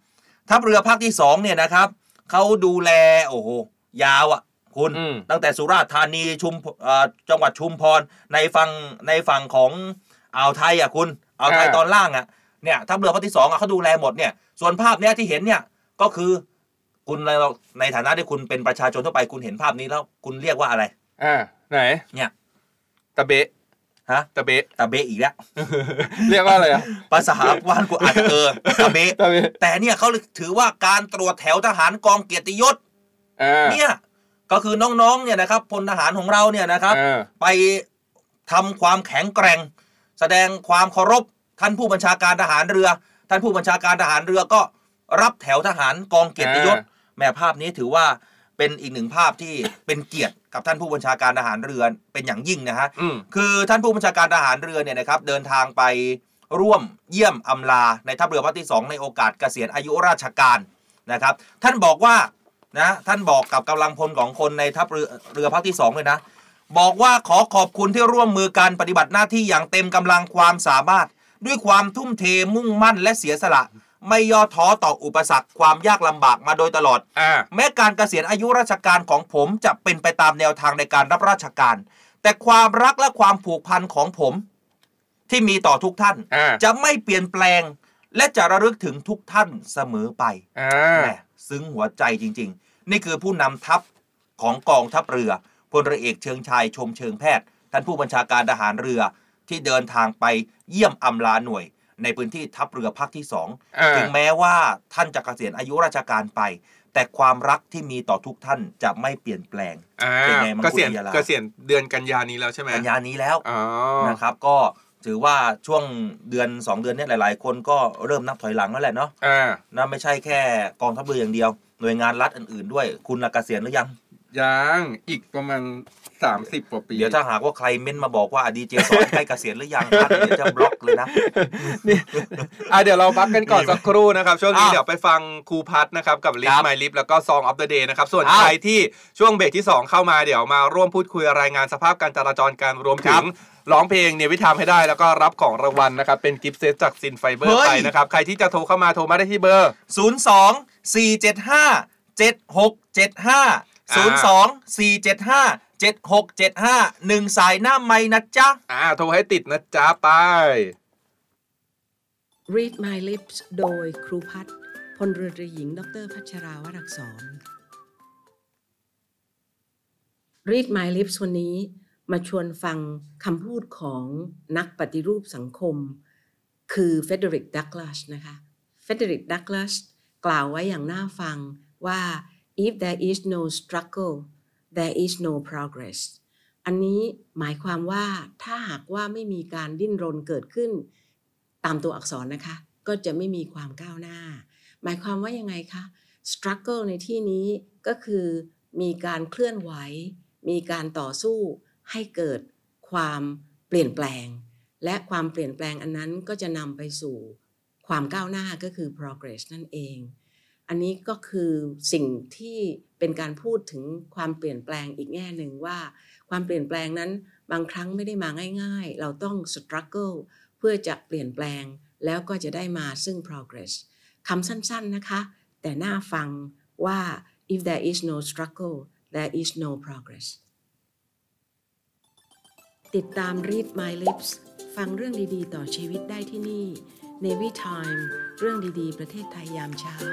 2ทัพเรือภาคที่2เนี่ยนะครับเขาดูแลโอ้โหยาวอ่ะคุณตั้งแต่สุราษฎร์ธานีจังหวัดชุมพรในฝั่งของอ่าวไทยอ่ะคุณอ่าวไทยตอนล่างอ่ะเนี่ยทัพเรือภาคที่2อ่ะเขาดูแลหมดเนี่ยส่วนภาพเนี้ยที่เห็นเนี่ยก็คือคุณในฐานะที่คุณเป็นประชาชนทั่วไปคุณเห็นภาพนี้แล้วคุณเรียกว่าอะไรไหนเนี่ยตะเบะตะเบะอีกแล้วเรียกว่าอะไรภาษาบ้านกูอาจจะตะเบะแต่เนี่ยเขาถือว่าการตรวจแถวทหารกองเกียรติยศเนี่ยก็คือน้องๆเนี่ยนะครับพลทหารของเราเนี่ยนะครับไปทำความแข็งแกร่งแสดงความเคารพท่านผู้บัญชาการทหารเรือท่านผู้บัญชาการทหารเรือก็รับแถวทหารกองเกียรติยศแม่ภาพนี้ถือว่าเป็นอีกหนึ่งภาพที่เป็นเกียรติกับท่านผู้บัญชาการทหารเรือเป็นอย่างยิ่งนะฮะคือท่านผู้บัญชาการทหารเรือเนี่ยนะครับเดินทางไปร่วมเยี่ยมอำลาในทัพเรือภาคที่2ในโอกาสเกษียณอายุราชการนะครับท่านบอกว่านะท่านบอกกับกำลังพลของคนในทัพเรือภาคที่2เลยนะบอกว่าขอขอบคุณที่ร่วมมือกันปฏิบัติหน้าที่อย่างเต็มกำลังความสามารถด้วยความทุ่มเทมุ่งมั่นและเสียสละไม่ย่อท้อต่ออุปสรรคความยากลำบากมาโดยตลอดแม้การเกษียณอายุราชการของผมจะเป็นไปตามแนวทางในการรับราชการแต่ความรักและความผูกพันของผมที่มีต่อทุกท่านจะไม่เปลี่ยนแปลงและจะระลึกถึงทุกท่านเสมอไปแหมซึ้งหัวใจจริงๆนี่คือผู้นำทัพของกองทัพเรือพลเรือเอกเชิงชายชมเชิงแพทย์ท่านผู้บัญชาการทหารเรือที่เดินทางไปเยี่ยมอำลาหน่วยในพื้นที่ทัพเรือภาคที่2ถึงแม้ว่าท่านจะเกษียณอายุราชการไปแต่ความรักที่มีต่อทุกท่านจะไม่เปลี่ยนแปลงเป็นไงเกษียณเดือนกันยานี้แล้วใช่ไหมกันยานี้แล้วนะครับก็ถือว่าช่วงเดือน2เดือนนี้หลายๆคนก็เริ่มนับถอยหลังแล้วแหละเนาะนะไม่ใช่แค่กองทัพเรืออย่างเดียวหน่วยงานรัฐอื่นๆด้วยคุณเกษียณหรือยังอีกประมาณ30กว่าปีเดี๋ยวถ้าหากว่าใครเม้นมาบอกว่าดีเจสอนใกล้เกษียณหรือยังท่านเดี๋ยวจะบล็อกเลยนะนี่เดี๋ยวเราพักกันก่อนสักครู่นะครับช่วงนี้เดี๋ยวไปฟังครูพัฒนะครับกับลิฟต์ไมลิฟต์แล้วก็ Song of the Day นะครับส่วนใครที่ช่วงเบรกที่2เข้ามาเดี๋ยวมาร่วมพูดคุยรายงานสภาพการจราจรการรวมถึงร้องเพลงเนี่ยวิธามให้ได้แล้วก็รับของรางวัลนะครับเป็นกิฟต์เซตจากซินไฟเบอร์ไปนะครับใครที่จะโทรเข้ามาโทรมาได้ที่เบอร์ 02-475-7675 สายหน้าไมค์นะจ๊ะโทรให้ติดนะจ๊ะไป Read My Lips โดยครูพัฒน์พลเรือตรีหญิงดร.พัชราวรักษร Read My Lips วันนี้มาชวนฟังคำพูดของนักปฏิรูปสังคมคือเฟเดริก ดักลัสนะคะเฟเดริก ดักลัสกล่าวไว้อย่างน่าฟังว่า if there is no struggle there is no progress อันนี้หมายความว่าถ้าหากว่าไม่มีการดิ้นรนเกิดขึ้นตามตัวอักษรนะคะก็จะไม่มีความก้าวหน้าหมายความว่ายังไงคะ struggle ในที่นี้ก็คือมีการเคลื่อนไหวมีการต่อสู้ให้เกิดความเปลี่ยนแปลงและความเปลี่ยนแปลงอันนั้นก็จะนำไปสู่ความก้าวหน้าก็คือ progress นั่นเองอันนี้ก็คือสิ่งที่เป็นการพูดถึงความเปลี่ยนแปลงอีกแง่หนึ่งว่าความเปลี่ยนแปลงนั้นบางครั้งไม่ได้มาง่ายๆเราต้อง struggle เพื่อจะเปลี่ยนแปลงแล้วก็จะได้มาซึ่ง progress คำสั้นๆนะคะแต่น่าฟังว่า if there is no struggle there is no progress ติดตาม Read My Lips ฟังเรื่องดีๆต่อชีวิตได้ที่นี่ Navy Time เรื่องดีๆประเทศไทยยามเช้า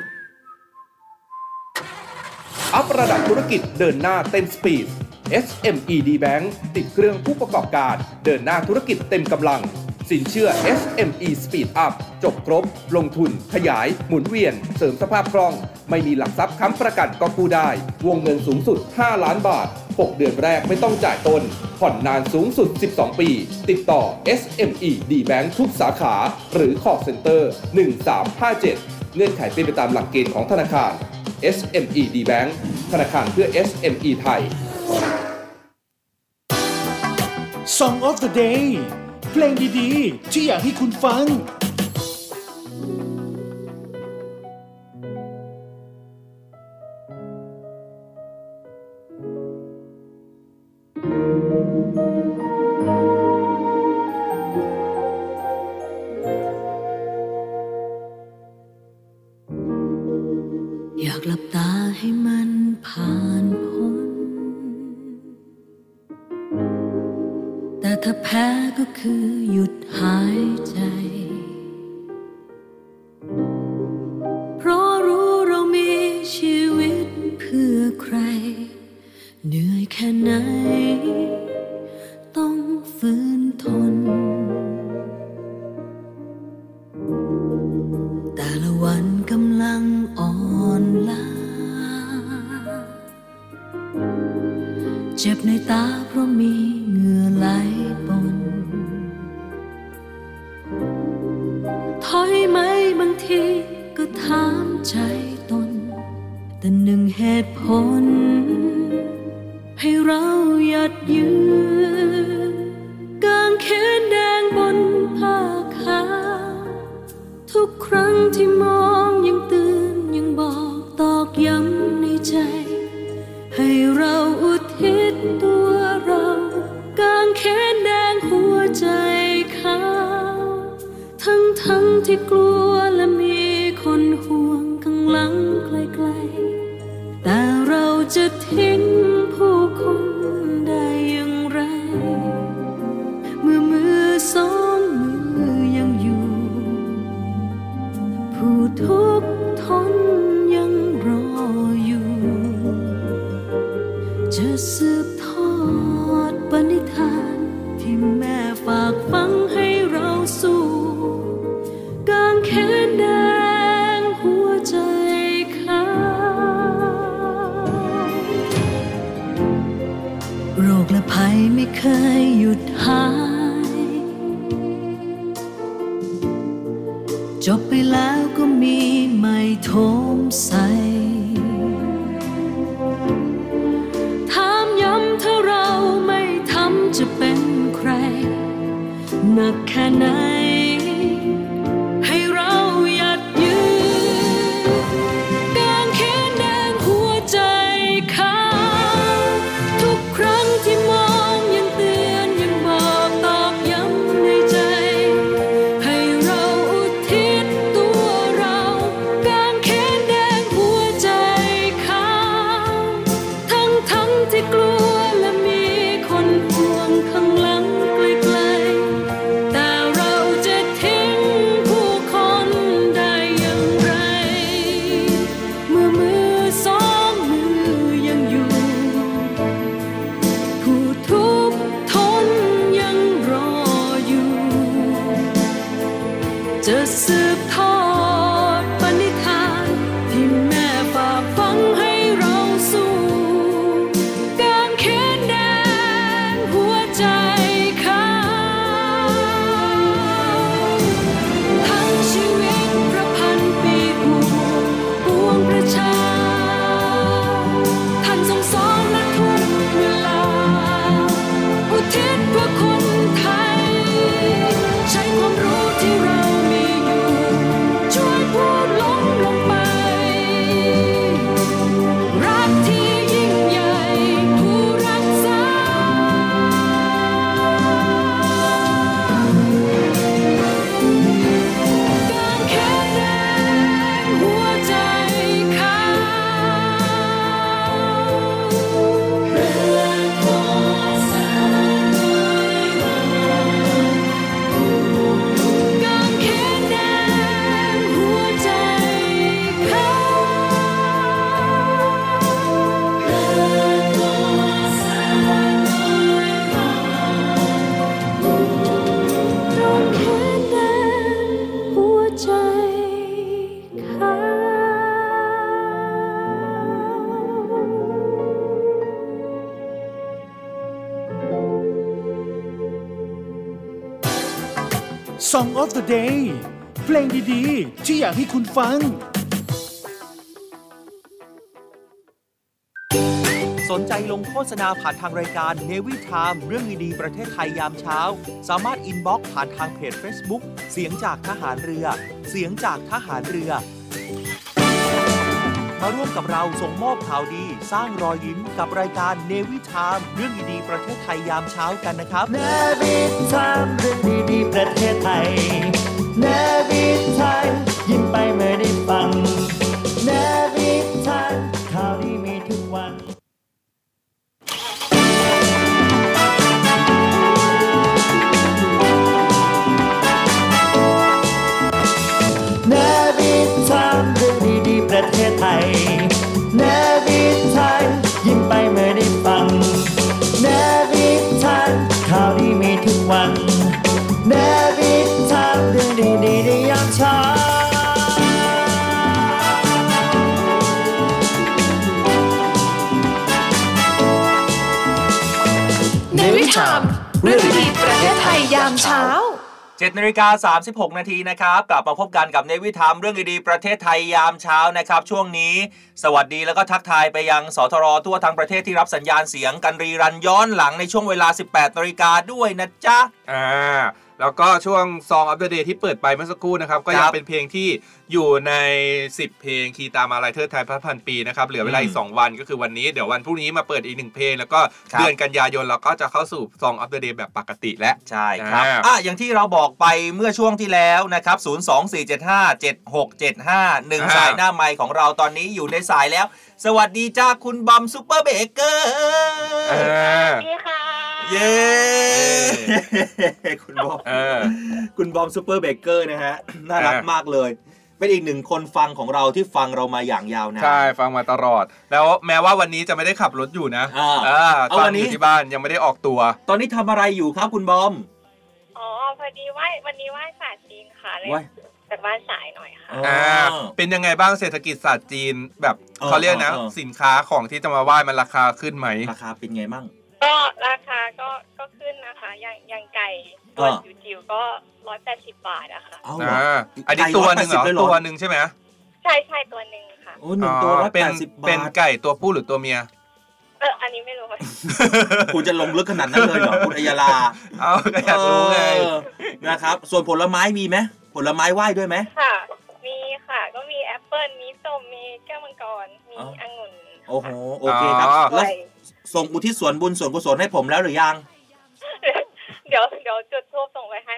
อัพระดับธุรกิจเดินหน้าเต็มสปีด SME D Bank ติดเครื่องผู้ประกอบการเดินหน้าธุรกิจเต็มกำลังสินเชื่อ SME Speed Up จบครบลงทุนขยายหมุนเวียนเสริมสภาพคล่องไม่มีหลักทรัพย์ค้ำประกันก็กู้ได้วงเงินสูงสุด5 ล้านบาท6เดือนแรกไม่ต้องจ่ายต้นผ่อนนานสูงสุด12 ปีติดต่อ SME D Bank ทุกสาขาหรือ Call Center 1357เงื่อนไขเป็นไปตามหลักเกณฑ์ของธนาคาร SME D Bank ธนาคารเพื่อ SME ไทย Song of the Day เพลงดีๆที่อยากให้คุณฟังอยากหลับตาให้มันผ่านพ้นแต่ถ้าแพ้ก็คือหยุดหายใจเพราะรู้เรามีชีวิตเพื่อใครเหนื่อยแค่ไหนต้องฝืนทนแต่ละวันกำลังอ่อนล้าเจ็บในตาเพราะมีเหงื่อไหลปนถอยไหมบางทีก็ถามใจตนแต่หนึ่งเหตุผลให้เราหยัดยืนกางเขนแดงบนผ้าขาวทุกครั้งที่มองยังเตือนยังบอกตอกย้ำในใจให้เราอุทิศตัวเรากางเขนแดงหัวใจขาวทั้งที่กลัวและมีคนห่วงข้างหลังไกลๆแต่เราจะทิ้งผู้คนได้อย่างไรเมื่อมือสองมือยังอยู่ผู้ทุกข์ทนยังรออยู่จะสืบทอดปณิธานที่แม่ฝากฝังให้เราสู้กางเขนแดงหัวใจขาวโรคและภัยไม่เคยหยุดหายจบไปแล้วก็มีใหม่โถมใส่ถามย้ำถ้าเราไม่ทำจะเป็นใครหนักแค่ไหนให้เราหยัดยืนกางเขนแดงหัวใจขาวทุกครั้งที่มองยังเตือนยังบอกตอกย้ำในใจให้เราอุทิศตัวเรากางเขนแดงหัวใจขาวทั้งที่กลัวและมีคนห่วงข้างหลังไกลๆแต่เราจะทิ้งผู้คนได้อย่างไรเมื่อมือสองมือยังอยู่ผู้ทุกข์ทนยังรออยู่จะสืบทอดปณิธานที่แม่ฝากฝังให้เราสู้กางเขนแดงหัวใจขาวทั้งชีวิตประพันปีห่วงประชาท่านทรงสอนและทุกเวลาอุทิศเพื่อคนไทยใช้ความรู้ที่เรามีอยู่ Song of the Day เพลงดีๆที่อยากให้คุณฟังสนใจลงโฆษณาผ่านทางรายการ Navy Time เรื่องดีๆประเทศไทยยามเช้าสามารถอินบ็อกซ์ผ่านทางเพจ Facebook เสียงจากทหารเรือเสียงจากทหารเรือมาร่วมกับเราส่งมอบข่าวดีสร้างรอยยิ้มกับรายการ Navy Time เรื่องดีๆประเทศไทยยามเช้ากันนะครับ Navy Time เรื่องดีๆประเทศไทย Navy Time ยิ้มไปเมื่อได้ฟัง Navy Time ข่าวดีมีทุกวัน Navy Time เรื่องดีๆประเทศไทย Navy Time ยิ้มไปเมื่อได้ฟัง Navy Time ข่าวดีมีทุกวัน Navy Time เรื่องดีๆในยามเช้า Navy Time เรื่องดีๆประเทศไทยยามเช้า 7:36 นาทีนะครับกลับมาพบกันกับเนวิธรรมเรื่องดีๆประเทศไทยยามเช้านะครับช่วงนี้สวัสดีแล้วก็ทักทายไปยังสทรทั่วทั้งประเทศที่รับสัญญาณเสียงกันรีรันย้อนหลังในช่วงเวลา 18 นาฬิกาด้วยนะจ๊ะแล้วก็ช่วง Song of the Day ที่เปิดไปเมื่อสักครู่นะครับก็ยังเป็นเพลงที่อยู่ใน10เพลงคีย์ตามมาลายเทิดไทยพระพันปีนะครับเหลือเวลาอีก2วันก็คือวันนี้เดี๋ยววันพรุ่งนี้มาเปิดอีก1เพลงแล้วก็เดือนกันยายนเราก็จะเข้าสู่ Song of the Day แบบปกติแล้วใช่ครับอย่างที่เราบอกไปเมื่อช่วงที่แล้วนะครับ024757675 1สายหน้าไมค์ของเราตอนนี้อยู่ในสายแล้วสวัสดีจ้าคุณบอมซุปเปอร์เบเกอร์สวัสดีค่ะเย้คุณบอมคุณบอมซุปเปอร์เบเกอร์นะฮะน่ารักมากเลยเป็นอีกหนึ่งคนฟังของเราที่ฟังเรามาอย่างยาวนานใช่ฟังมาตลอดแล้วแม้ว่าวันนี้จะไม่ได้ขับรถอยู่นะฟังอยู่ที่บ้านยังไม่ได้ออกตัวตอนนี้ทำอะไรอยู่ครับคุณบอมพอดีว่าวันนี้ไหว้ศาสตร์จีนค่ะเลยจากบ้านสายหน่อยค่ะเป็นยังไงบ้างเศรษฐกิจศาสตร์จีนแบบเขาเรียกนะสินค้าของที่จะมาไหว้มันราคาขึ้นไหมราคาเป็นไงมั่งก็ราคาก็ขึ้นนะคะอย่างไก่ตัวจิ๋วๆก็180 บาทอะค่ะอันนี้ตัวนึงเหรอตัวนึงใช่ไหมใช่ตัวนึงค่ะโอ้1ตัว180 บาทเป็นไก่ตัวผู้หรือตัวเมียอันนี้ไม่รู้คุณจะลงลึกขนาดนั้นเลยเหรอคุณอัยราก็อยากรู้ไงนะครับส่วนผลไม้มีไหมผลไม้ไหว้ด้วยไหมค่ะมีค่ะก็มีแอปเปิ้ลมีส้มมีแก้วมังกรมีองุ่นโอ้โหโอเคครับแล้วส่งอุทิศส่วนบุญส่วนกุศลให้ผมแล้วหรือยังเดี๋ยวจุดธูปส่งไปให้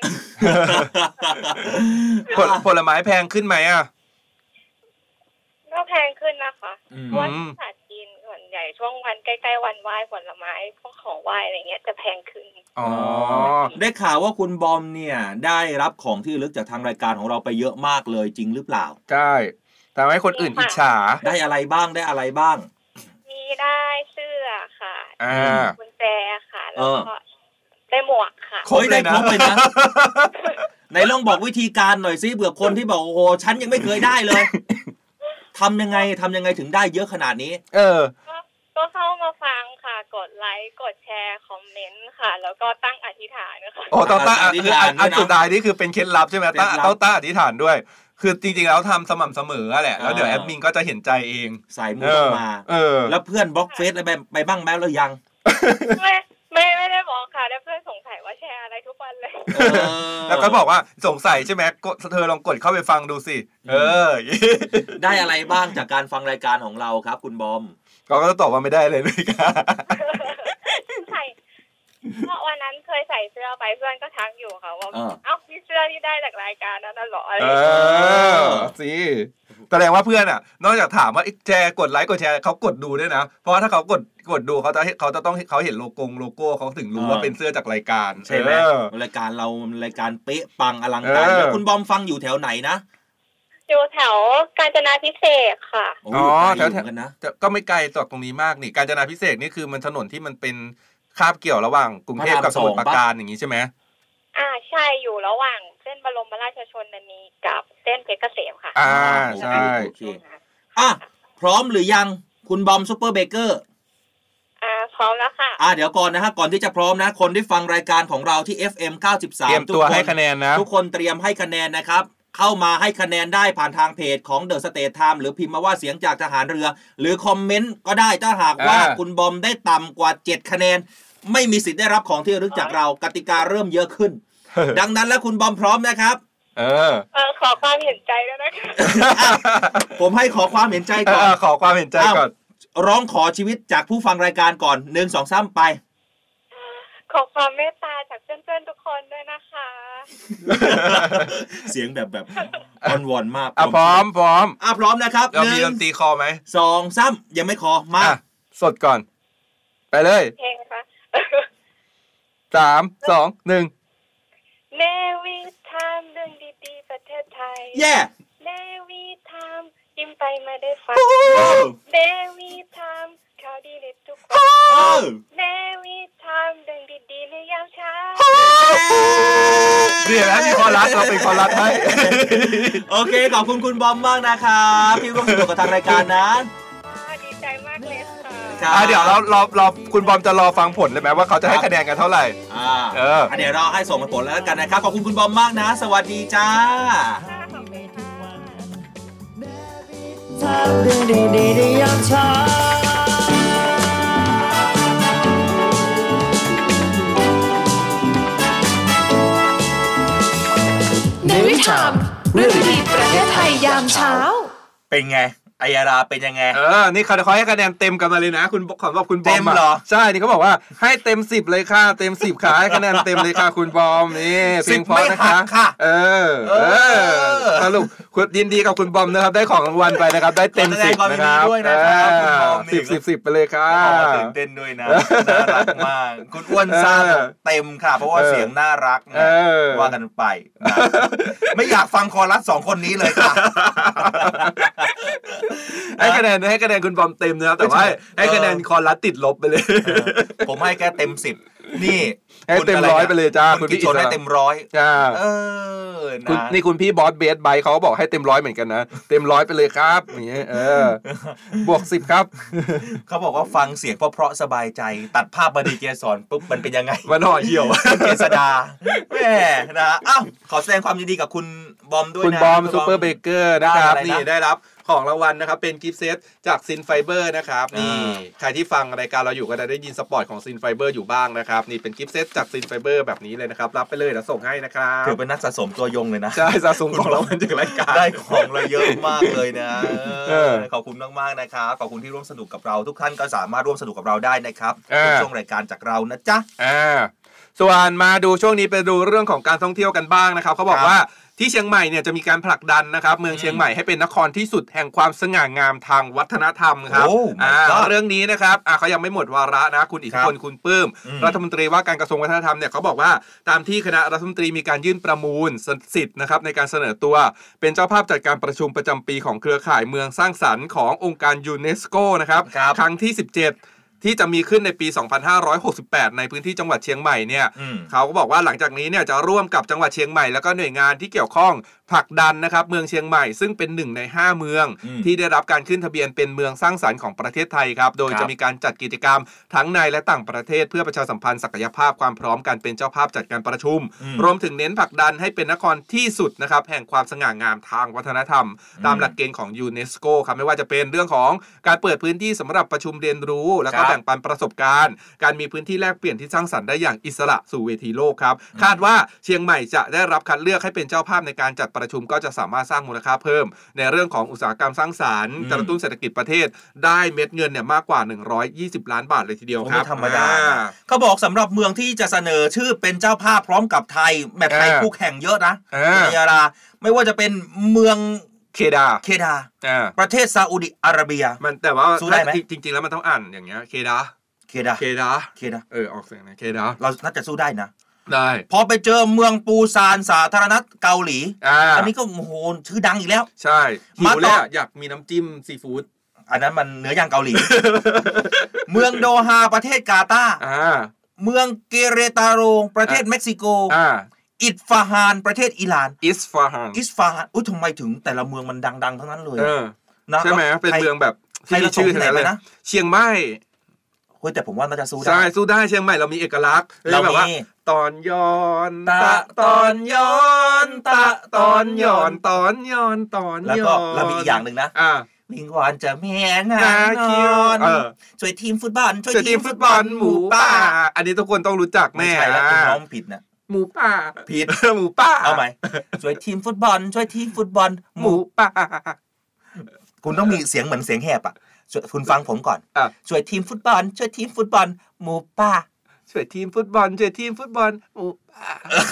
ผลไม้แพงขึ้นไหมอ่ะก็แพงขึ้นนะคะเพราะว่าศาสตร์จีนส่วนใหญ่ช่วงวันใกล้ๆวันไหว้ผลไม้พวกของไหว้อะไรเงี้ยจะแพงขึ้นได้ข่าวว่าคุณบอมเนี่ยได้รับของที่ระลึกจากทางรายการของเราไปเยอะมากเลยจริงหรือเปล่าใช่ทำให้คนอื่นอิจฉาได้อะไรบ้างมีได้เสื้อค่ะกุญแจค่ะแล้วก็ได้หมวกค่ะครบเลยนะไหนลองบอกวิธีการหน่อยซิเผื่อคนที่บอกโอ้โหฉันยังไม่เคยได้เลยทำยังไงถึงได้เยอะขนาดนี้ก็เข้ามาฟังค่ะกดไลค์กดแชร์คอมเมนต์ค่ะแล้วก็ตั้งอธิษฐานนะคะต้องตั้งอธิษฐานอันสุดท้ายนี่คือเป็นเคล็ดลับใช่ไหมตั้งอธิษฐานด้วยคือจริงๆแล้วทำสม่ำเสมอแหละแล้วเดี๋ยวแอดมินก็จะเห็นใจเองใส่มือมาแล้วเพื่อนบล็อกเฟซอะไรไปบ้างแม้หรือยังไม่ได้บอกค่ะแล้วเพื่อนสงสัยว่าแชร์อะไรทุกวันเลยแล้วก็บอกว่าสงสัยใช่ไหมเธอลองกดเข้าไปฟังดูสิได้อะไรบ้างจากการฟังรายการของเราครับคุณบอมก็ต้องตอบว่าไม่ได้เลยด้วยกันใช่เพราะวันนั้นเคยใส่เสื้อไปเพื่อนก็ทักอยู่ค่ะว่าเอ้ามีเสื้อที่ได้จากรายการนั้นหรอสิแสดงว่าเพื่อนอ่ะนอกจากถามว่าแชร์กดไลค์กดแชร์เขากดดูด้วยนะเพราะว่าถ้าเขากดดูเขาจะต้องเขาเห็นโลโก้เขาถึงรู้ว่าเป็นเสื้อจากรายการใช่ไหมรายการเรารายการเป๊ะปังอลังการแล้วคุณบอมฟังอยู่แถวไหนนะอยู่แถวกาญจนาภิเษกค่ะแถวกันนะก็ไม่ไกลจากตรงนี้มากนี่กาญจนาภิเษกนี่คือมันถนนที่มันเป็นคาบเกี่ยวระหว่างกรุงเทพกับสมุทรปราการอย่างนี้ใช่ไหมใช่อยู่ระหว่างเส้นบรมราชชนนีกับเส้นเพชรเกษมค่ะใช่โอเคพร้อมหรือยังคุณบอมซุปเปอร์เบเกอร์พร้อมแล้วค่ะเดี๋ยวก่อนนะฮะก่อนที่จะพร้อมนะคนที่ฟังรายการของเราที่ FM 93 เตรียมตัวให้คะแนนนะทุกคนเตรียมให้คะแนนนะครับเข้ามาให้คะแนนได้ผ่านทางเพจของ The State Time หรือพิมพ์มาว่าเสียงจากทหารเรือหรือคอมเมนต์ก็ได้ถ้าหากว่าคุณบอมได้ต่ำกว่า7คะแนนไม่มีสิทธิ์ได้รับของที่ระลึกจากเรากติกาเริ่มเยอะขึ้น ดังนั้นแล้วคุณบอมพร้อมนะครับขอความเห็นใจด้วยนะคะผมให้ขอความเห็นใจก่อนขอความเห็นใจก่อนร้องขอชีวิตจากผู้ฟังรายการก่อน1 2 3ไปขอความเมตตาจากเพื่อนๆทุกคนด้วยนะคะเสียงแบบวอนๆมากพร้อมพร้อมนะครับเรามีดนตรีคอไหม 2 3ยังไม่คอมาสดก่อนไปเลยเพลงค่ะ 3 2 1 เนวิทามเรื่องดีๆประเทศไทยเนวิทามยิ้มไปมาได้ฟังเนวิทามข่าวดีเด็ดทุกคนเนวิทามเรื่องดีๆในยามเช้าเดี๋ยวนะมีคอรัสเราเป็นคอรัสให้โอเคขอบคุณคุณบอมมากนะครับที่ร่วมสนุกกับทางรายการนะดีใจมากเลยค่ะเดี๋ยวเราคุณบอมจะรอฟังผลเลยไหมว่าเขาจะให้คะแนนกันเท่าไหร่เดี๋ยวเราให้ส่งผลแล้วกันนะครับขอบคุณคุณบอมมากนะสวัสดีจ้าทำเรื่องดีๆในยามเช้าเนวิชามเรื่องดีประเทศไทยยามเช้าเป็นไงอัยราเป็นยังไงนี่เขาให้คะแนนเต็มกันมาเลยนะคุณขอบอกคุณบอมเต็มเหรอใช่นี่เขาบอกว่าให้เต็ม10เลยค่ะเต็ม10ค่ะให้คะแนนเต็มเลยค่ะคุณบอมนี่เพลงเพราะนะคะสรุปคุณยินดีกับคุณบอมนะครับได้ของรางวัลไปนะครับได้เต็ม10นะครับ10ไปเลยค่ะตื่นเต้นด้วยนะน่ารักมากคุณอ้วนซ่าเต็มค่ะเพราะว่าเสียงน่ารักว่ากันไปไม่อยากฟังคอรัส2คนนี้เลยค่ะให้คะแนนคุณบอมเต็มนะครับแต่ว่าให้คะแนนคอรัสติดลบไปเลยผมให้แค่เต็ม10นี่ให้เต็ม100ไปเลยจ้าคุณพี่ชนให้เต็ม100 จ้านี่คุณพี่บอสเบสไบค์เขาบอกให้เต็ม100เหมือนกันนะเต็ม100ไปเลยครับอย่างเงี้ยบวก10ครับเขาบอกว่าฟังเสียงเพราะสบายใจตัดภาพบดีเจสอนปุ๊บมันเป็นยังไงมันห่อเหี่ยวเจษดาแม่นะขอแสดงความยินดีกับคุณบอมด้วยนะคุณบอมซูเปอร์เบเกอร์นะครับนี่ได้รับของรางวัลนะครับเป็นกิฟต์เซตจากซินไฟเบอร์นะครับนี่ใครที่ฟังรายการเราอยู่ก็ได้ยินสปอร์ตของซินไฟเบอร์อยู่บ้างนะครับนี่เป็นกิฟต์เซตจากซินไฟเบอร์แบบนี้เลยนะครับรับไปเลยแล้วส่งให้นะครับถือเป็นนักสะสมตัวยงเลยนะใช่สะสมของรางวัลจากรายการได้ของเราเยอะมากเลยนะขอบคุณมากๆนะครับขอบคุณที่ร่วมสนุกกับเราทุกท่านก็สามารถร่วมสนุกกับเราได้นะครับทุกช่วงรายการจากเรานะจ๊ะส่วนมาดูช่วงนี้ไปดูเรื่องของการท่องเที่ยวกันบ้างนะครับเขาบอกว่าที่เชียงใหม่เนี่ยจะมีการผลักดันนะครับเมืองเชียงใหม่ให้เป็นนครที่สุดแห่งความสง่างามทางวัฒนธรรมครับเรื่องนี้นะครับเขายังไม่หมดวาระนะคุณอิทธิพลคุณปื้มรัฐมนตรีว่าการกระทรวงวัฒนธรรมเนี่ยเขาบอกว่าตามที่คณะรัฐมนตรีมีการยื่นประมูลสิทธิ์นะครับในการเสนอตัวเป็นเจ้าภาพจัดการประชุมประจำปีของเครือข่ายเมืองสร้างสรรค์ขององค์การยูเนสโกนะครับครั้งที่17ที่จะมีขึ้นในปี 2568 ในพื้นที่จังหวัดเชียงใหม่เนี่ยเขาก็บอกว่าหลังจากนี้เนี่ยจะร่วมกับจังหวัดเชียงใหม่แล้วก็หน่วยงานที่เกี่ยวข้องผลักดันนะครับเมืองเชียงใหม่ซึ่งเป็น1ใน5เมืองที่ได้รับการขึ้นทะเบียนเป็นเมืองสร้างสรรค์ของประเทศไทยครับโดยจะมีการจัดกิจกรรมทั้งในและต่างประเทศเพื่อประชาสัมพันธ์ศักยภาพความพร้อมการเป็นเจ้าภาพจัดการประชุมรวมถึงเน้นผลักดันให้เป็นนครที่สุดนะครับแห่งความสง่างามทางวัฒนธรรมตามหลักเกณฑ์ของยูเนสโกครับไม่ว่าจะเป็นเรื่องของการเปิดพื้นที่สำหรับประชุมเรียนรู้แล้วก็แบ่งปันประสบการณ์การมีพื้นที่แลกเปลี่ยนที่สร้างสรรค์ได้อย่างอิสระสู่เวทีโลกครับคาดว่าเชียงใหม่จะได้รับคัดเลือกให้เป็นเจ้าภาพในการจัดประชุมก็จะสามารถสร้างมูลค่าเพิ่มในเรื่องของอุตสาหกรรมสร้างสรรค์กระตุ้นเศรษฐกิจประเทศได้เม็ดเงินเนี่ยมากกว่า120ล้านบาทเลยทีเดียวครับไม่ธรรมดาเขาบอกสำหรับเมืองที่จะเสนอชื่อเป็นเจ้าภาพพร้อมกับไทยแบบไทยคู่แข่งเยอะนะในยาราไม่ว่าจะเป็นเมืองเคดาประเทศซาอุดิอาระเบียมันแต่ว่าจริงๆแล้วมันต้องอ่านอย่างเงี้ยเคดาออกเสียงนะเคดาเราน่าจะสู้ได้นะได้พอไปเจอเมืองปูซานสาธารณรัฐเกาหลีอันนี้ก็โหชื่อดังอีกแล้วใช่หิวแล้วอยากมีน้ำจิ้มซีฟู้ดอันนั้นมันเนื้อย่างเกาหลี เมืองโดฮาประเทศกาตาร์เมืองเกเรตาโรประเทศเม็กซิโกอิสฟาฮานประเทศอิหร่านอิสฟาฮานทำไมถึงแต่ละเมืองมันดังๆทั้งนั้นเลยนะใช่ไหมเป็นเมืองแบบที่มีชื่อทั้งนั้นเลยนะเชียงใหม่เฮ้ยแต่ผมว่าน่าจะสู้ได้ใช่สู้ได้เชียงใหม่เรามีเอกลักษณ์เราแบบว่าตอนย้อนตะตอนย้อนตะตอนย้อนตอนย้อนตอนย้อนแล้วก็เรามีอีกอย่างนึงนะวิงวอนจะแม่นาคิอนช่วยทีมฟุตบอลช่วยทีมฟุตบอลหมูป่าอันนี้ทุกคนต้องรู้จักแม่ใช่แล้วคุณน้องผิดนะหมูป่าผิดหมูป่าเอาใหม่ช่วยทีมฟุตบอลช่วยทีมฟุตบอลหมูป่าคุณต้องมีเสียงเหมือนเสียงแหบอ่ะคุณฟังผมก่อนช่วยทีมฟุตบอลช่วยทีมฟุตบอลหมูป่าช่วยทีมฟุตบอลช่วยทีมฟุตบอลหมูป่า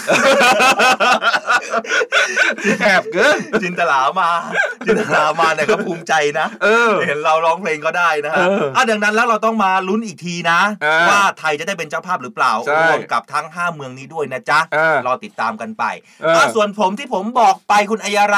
แอบเกินจินตลามาเนี่ยก็ภูมิใจนะเห็นเราร้องเพลงก็ได้นะฮะดังนั้นแล้วเราต้องมาลุ้นอีกทีนะว่าไทยจะได้เป็นเจ้าภาพหรือเปล่ารวมกับทั้ง5เมืองนี้ด้วยนะจ๊ะรอติดตามกันไปส่วนผมที่ผมบอกไปคุณอัยรา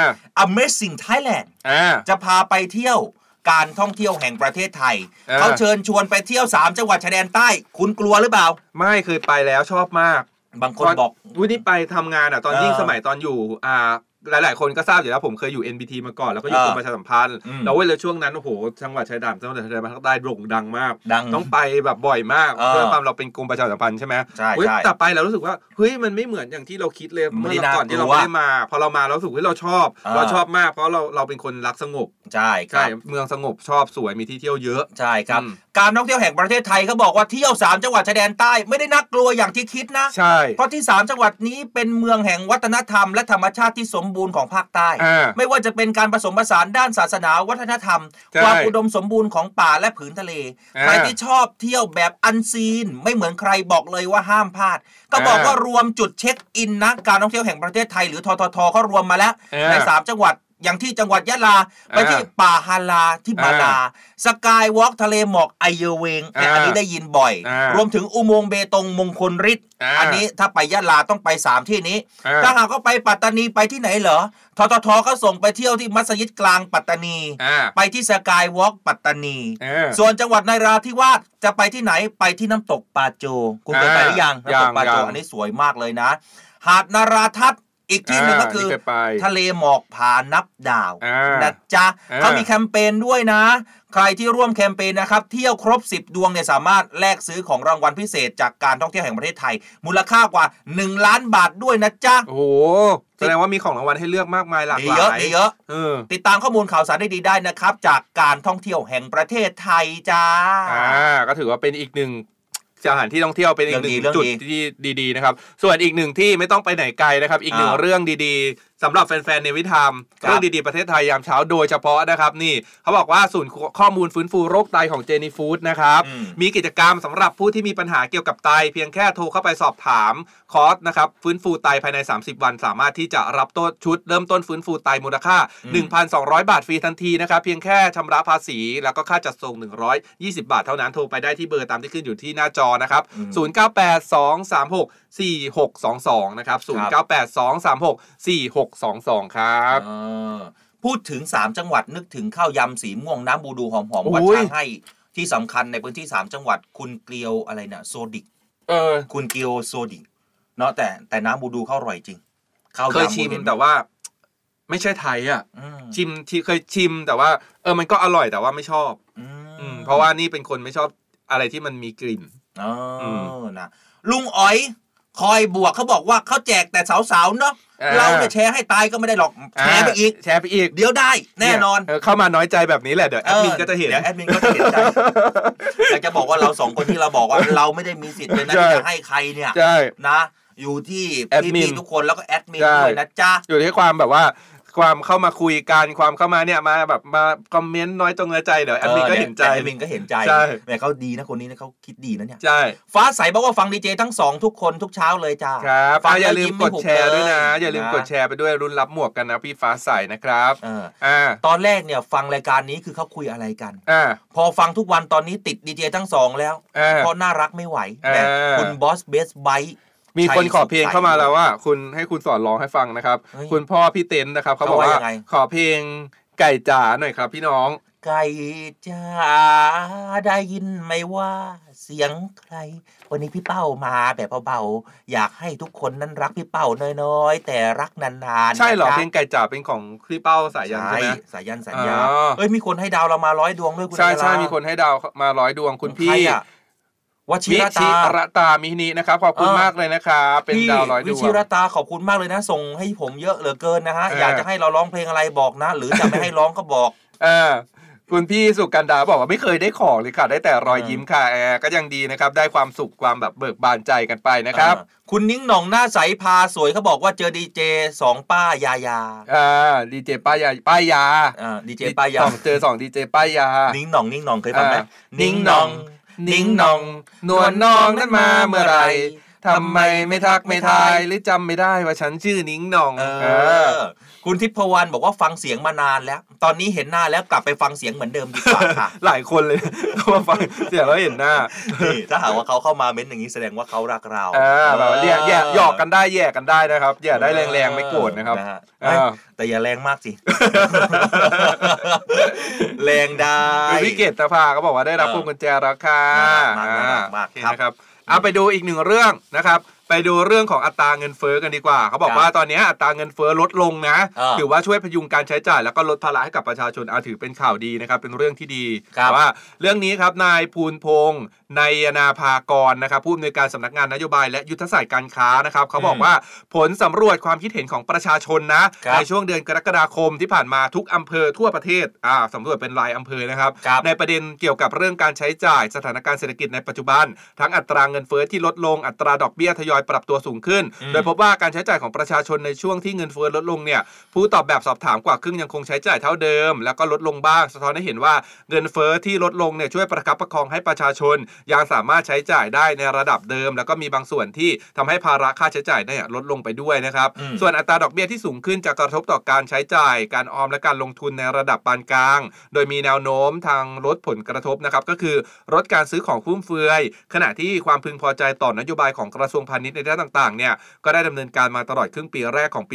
Amazing Thailand จะพาไปเที่ยวการท่องเที่ยวแห่งประเทศไทยเขาเชิญชวนไปเที่ยว3จังหวัดชายแดนใต้คุณกลัวหรือเปล่าไม่เคยไปแล้วชอบมากบางคนบอกวันนี้ไปทำงานตอนยิ่งสมัยตอนอยู่หลายๆคนก็ทราบอยู่แล้วผมเคยอยู่ NBT มาก่อนแล้วก็อยู่กรมประชาสัมพันธ์แล้วเวลาช่วงนั้นโอ้โหจังหวัดชายแดนภาคใต้โด่งดังมากต้องไปแบบบ่อยมากเพื่อความเราเป็นกรมประชาสัมพันธ์ใช่ไหมแต่ไปแล้วรู้สึกว่าเฮ้ยมันไม่เหมือนอย่างที่เราคิดเลยเมื่อก่อนที่เราไม่ได้มาพอเรามาเรารู้สึกว่าเราชอบมากเพราะเราเป็นคนรักสงบใช่เมืองสงบชอบสวยมีที่เที่ยวเยอะใช่ครับการท่องเที่ยวแห่งประเทศไทยเขาบอกว่าเที่ยว3จังหวัดชายแดนใต้ไม่ได้น่ากลัวอย่างที่คิดนะใช่เพราะที่3จังหวัดนี้เป็นเมืองแห่งวัฒนธรรมและธรรมชาติที่สมบูรณ์ของภาคใต้ไม่ว่าจะเป็นการผสมผสานด้านศาสนาวัฒนธรรมความอุดมสมบูรณ์ของป่าและผืนทะเลใครที่ชอบเที่ยวแบบอันซีนไม่เหมือนใครบอกเลยว่าห้ามพลาดก็บอกว่ารวมจุดเช็คอินนะการท่องเที่ยวแห่งประเทศไทยหรือทททเขารวมมาแล้วใน3จังหวัดอย่างที่จังหวัดยะลาไปที่ป่าฮาลาที่บาลาสกายวอล์กทะเลหมอกไอเยเวงอันนี้ได้ยินบ่อยรวมถึงอุโมงค์เบตงมงคลฤทธิ์อันนี้ถ้าไปยะลาต้องไป3ที่นี้ถ้าหากก็ไปปัตตานีไปที่ไหนเหรอทททก็ส่งไปเที่ยวที่มัสยิดกลางปัตตานีไปที่สกายวอล์กปัตตานีส่วนจังหวัดนราธิวาสจะไปที่ไหนไปที่น้ำตกปาโจคุณเคยไปหรือยังน้ำตกปาโจอันนี้สวยมากเลยนะหาดนาราทัศน์อีกที่หนึ่งก็คือทะเลหมอกผานับดาวนะจ๊ะเขามีแคมเปญด้วยนะใครที่ร่วมแคมเปญนะครับเที่ยวครบ10ดวงเนี่ยสามารถแลกซื้อของรางวัลพิเศษจากการท่องเที่ยวแห่งประเทศไทยมูลค่ากว่า1ล้านบาทด้วยนะจ๊ะโอ้โหแสดงว่ามีของรางวัลให้เลือกมากมายหลากหลายเยอะติดตามข้อมูลข่าวสารได้ดีได้นะครับจากการท่องเที่ยวแห่งประเทศไทยจ้าก็ถือว่าเป็นอีกหนึ่งสถานที่ท่องเที่ยวเป็นอีกหนึ่งจุดที่ดีๆนะครับส่วนอีกหนึ่งที่ไม่ต้องไปไหนไกลนะครับอีกหนึ่งเรื่องดีๆสำหรับแฟนๆในวิธามเรื่องดีๆประเทศไทยยามเช้าโดยเฉพาะนะครับนี่เขาบอกว่าศูนย์ข้อมูลฟื้นฟูโรคไตของเจนี่ฟู้ดนะครับมีกิจกรรมสำหรับผู้ที่มีปัญหาเกี่ยวกับไตเพียงแค่โทรเข้าไปสอบถามคอร์สนะครับฟื้นฟูไตภายใน30วันสามารถที่จะรับต้นชุดเริ่มต้นฟื้นฟูไตมูลค่า 1,200 บาทฟรีทันทีนะครับเพียงแค่ชำระภาษีแล้วก็ค่าจัดส่ง120 บาทเท่านั้นโทรไปได้ที่เบอร์ตามที่ขึ้นอยู่ที่หน้าจอนะครับ0982364622นะครับ0982364622ครับพูดถึง3จังหวัดนึกถึงข้าวยำสีม่วงน้ำบูดูหอมๆวัดช้างให้ที่สำคัญในพื้นที่3จังหวัดคุณเกลียวอะไรเนี่ยโซดิกคุณเกลียวโซดิกเนาะแต่น้ำบูดูเข้าอร่อยจริงเคยชิมแต่ว่าไม่ใช่ไทยอ่ะชิมที่เคยชิมแต่ว่ามันก็อร่อยแต่ว่าไม่ชอบเพราะว่านี่เป็นคนไม่ชอบอะไรที่มันมีกลิ่นนะลุงอ๋อยคอยบวกเขาบอกว่าเขาแจกแต่สาวๆเนาะเราเนี่ยแชร์ให้ตายก็ไม่ได้หรอกแชร์ไปอีกเดี๋ยวได้แน่นอนเข้ามาน้อยใจแบบนี้แหละเดี๋ยวแอดมินก็จะเห็นแอดมินก็จะเห็นใจอยากจะบอกว่าเรา2คนที่เราบอกว่าเราไม่ได้มีสิทธิ์เลยนะที่จะให้ใครเนี่ยนะอยู่ที่พี่ๆทุกคนแล้วก็แอดมินด้วยนะจ๊ะอยู่ที่ความแบบว่าความเข้ามาคุยกันความเข้ามาเนี่ยมาแบบมาคอมเมนต์น้อยตรงใจเดี๋ยวแอดมินก็เห็นใจแอดมินก็เห็นใจแต่เขาดีนะคนนี้นะเขาคิดดีนะเนี่ยใช่ฟ้าใสบอกว่าฟังดีเจทั้ง2ทุกคนทุกเช้าเลยจ้าครับอย่าลืมกดแชร์ด้วยนะอย่าลืมกดแชร์ไปด้วยรุ่นรับหมวกกันนะพี่ฟ้าใสนะครับตอนแรกเนี่ยฟังรายการนี้คือเขาคุยอะไรกันพอฟังทุกวันตอนนี้ติดดีเจทั้ง2แล้วเพราะน่ารักไม่ไหวคุณบอสเบสไบท์มีคนขอเพลงเข้ามาแล้วว่าคุณให้คุณสอนร้องให้ฟังนะครับคุณพ่อพี่เต้นนะครับเขาบอกว่าขอเพลงไก่จ๋าหน่อยครับพี่น้องไก่จ๋าได้ยินไหมว่าเสียงใครวันนี้พี่เป้ามาแบบเบาๆอยากให้ทุกคนนั้นรักพี่เป้าน้อยๆแต่รักนานๆใช่เหรอเพลงไก่จ๋าเป็นของพี่เป้าสายันใช่ไหมสายันสัญญามีคนให้ดาวเรามา100 ดวงด้วยคุณใช่มีคนให้ดาวมา100 ดวงคุณพี่วชิรตามินินะครับขอบคุณมากเลยนะครับเป็นดาว100 ดวงวิชิรตาขอบคุณมากเลยนะส่งให้ผมเยอะเหลือเกินนะฮะอยากจะให้เราร้องเพลงอะไรบอกนะหรือจะไม่ให้ร้องก็บอกคุณพี่สุกันดาบอกว่าไม่เคยได้ของเลยค่ะได้แต่รอยยิ้มค่ะก็ยังดีนะครับได้ความสุขความแบบเบิกบานใจกันไปนะครับคุณนิ้งหน่องหน้าใสพาสวยเขาบอกว่าเจอดีเจ2ป้ายายาดีเจป้ายาดีเจป้ายาเจอ2ดีเจป้ายานิ้งหน่องเคยฟังไหมนิ้งหน่องนวลน้องนั้นมาเมื่อไรทำไมไม่ทักไม่ทายหรือจำไม่ได้ว่าฉันชื่อนิ้งหน่องคุณทิพวรรณบอกว่าฟังเสียงมานานแล้วตอนนี้เห็นหน้าแล้วกลับไปฟังเสียงเหมือนเดิมดีกว่าค่ะหลายคนเลยเขามาฟังเสียงแล้วเห็นหน้าถ้าหากว่าเขาเข้ามาเม้นอย่างนี้แสดงว่าเขารักเราแบบเรียกหยอกกันได้แย่กันได้นะครับอย่าได้แรงๆไม่โกรธนะครับแต่อย่าแรงมากสิแรงได้พี่เกศตภาก็บอกว่าได้รับพวงกุญแจราคามากครับเอาไปดูอีกหนึ่งเรื่องนะครับไปดูเรื่องของอัตราเงินเฟ้อกันดีกว่าเขาบอกว่าตอนนี้อัตราเงินเฟ้อลดลงนะถือว่าช่วยพยุงการใช้จ่ายแล้วก็ลดภาระให้กับประชาชนถือเป็นข่าวดีนะครับเป็นเรื่องที่ดีแต่ว่าเรื่องนี้ครับนายภูลพงษ์นายนาภากรนะครับผู้อำนวยการสำนักงานนโยบายและยุทธศาสตร์การค้านะครับเขาบอกว่าผลสำรวจความคิดเห็นของประชาชนนะในช่วงเดือนกรกฎาคมที่ผ่านมาทุกอำเภอทั่วประเทศสำรวจเป็นรายอำเภอนะครับในประเด็นเกี่ยวกับเรื่องการใช้จ่ายสถานการณ์เศรษฐกิจในปัจจุบันทั้งอัตราเงินเฟ้อที่ลดลงอัตราดอกเบี้ยทยอยปรับตัวสูงขึ้นโดยพบว่าการใช้จ่ายของประชาชนในช่วงที่เงินเฟ้อลดลงเนี่ยผู้ตอบแบบสอบถามกว่าครึ่งยังคงใช้จ่ายเท่าเดิมแล้วก็ลดลงบ้างสะท้อนให้เห็นว่าเงินเฟ้อที่ลดลงเนี่ยช่วยประคับประคองให้ประชาชนยังสามารถใช้จ่ายได้ในระดับเดิมแล้วก็มีบางส่วนที่ทำให้ภาระค่าใช้จ่ายเนี่ยลดลงไปด้วยนะครับส่วนอัตราดอกเบี้ยที่สูงขึ้นจะกระทบต่อการใช้จ่ายการออมและการลงทุนในระดับปานกลางโดยมีแนวโน้มทางลดผลกระทบนะครับก็คือลดการซื้อของฟุ่มเฟือยขณะที่ความพึงพอใจต่อนโยบายของกระทรวงพาณิชย์ในด้านต่างๆเนี่ยก็ได้ดำเนินการมาตลอดครึ่งปีแรกของปี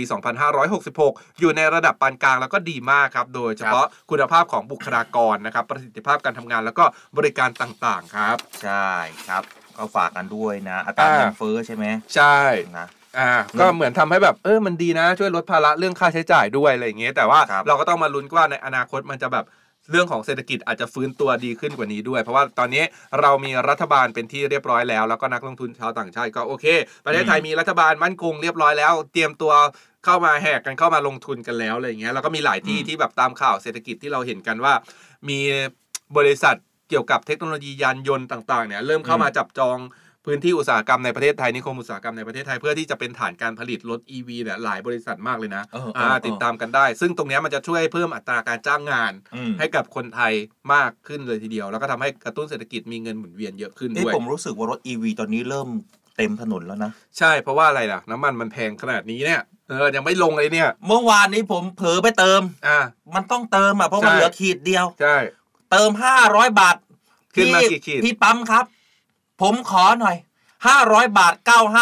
2566 อยู่ในระดับปานกลางแล้วก็ดีมากครับโดยเฉพาะคุณภาพของบุคลากรนะครับประสิทธิภาพการทำงานแล้วก็บริการต่างๆครับใช่ครับก็ฝากกันด้วยนะอัตราเงินเฟ้อใช่ไหมใช่นะก็เหมือนทำให้แบบมันดีนะช่วยลดภาระเรื่องค่าใช้จ่ายด้วยอะไรอย่างเงี้ยแต่ว่าเราก็ต้องมาลุ้นว่าในอนาคตมันจะแบบเรื่องของเศรษฐกิจอาจจะฟื้นตัวดีขึ้นกว่านี้ด้วยเพราะว่าตอนนี้เรามีรัฐบาลเป็นที่เรียบร้อยแล้วก็นักลงทุนชาวต่างชาติก็โอเคประเทศไทยมีรัฐบาลมั่นคงเรียบร้อยแล้วเตรียมตัวเข้ามาแหกกันเข้ามาลงทุนกันแล้วอะไรอย่างเงี้ยแล้วก็มีหลายที่ที่แบบตามข่าวเศรษฐกิจที่เราเห็นกันว่ามีบริษัทเกี่ยวกับเทคโนโลยียานยนต์ต่างๆเนี่ยเริ่มเข้ามาจับจองพื้นที่อุตสาหกรรมในประเทศไทยนิคมอุตสาหกรรมในประเทศไทยเพื่อที่จะเป็นฐานการผลิตรถ EV เนี่ยหลายบริษัทมากเลยนะติดตามกันได้ซึ่งตรงนี้มันจะช่วยเพิ่มอัตราการจ้างงานให้กับคนไทยมากขึ้นเลยทีเดียวแล้วก็ทำให้กระตุ้นเศรษฐกิจมีเงินหมุนเวียนเยอะขึ้นด้วยผมรู้สึกว่ารถ EV ตอนนี้เริ่มเต็มถนนแล้วนะใช่เพราะว่าอะไรล่ะน้ำมันแพงขนาดนี้เนี่ยยังไม่ลงเลยเนี่ยเมื่อวานนี้ผมเผลอไปเติมมันต้องเติมเพราะมันเหลือขีดเดียวใช่เติม500 บาทขึ้นมากี่ขีดพี่ปั๊มครับผมขอหน่อย500 บาท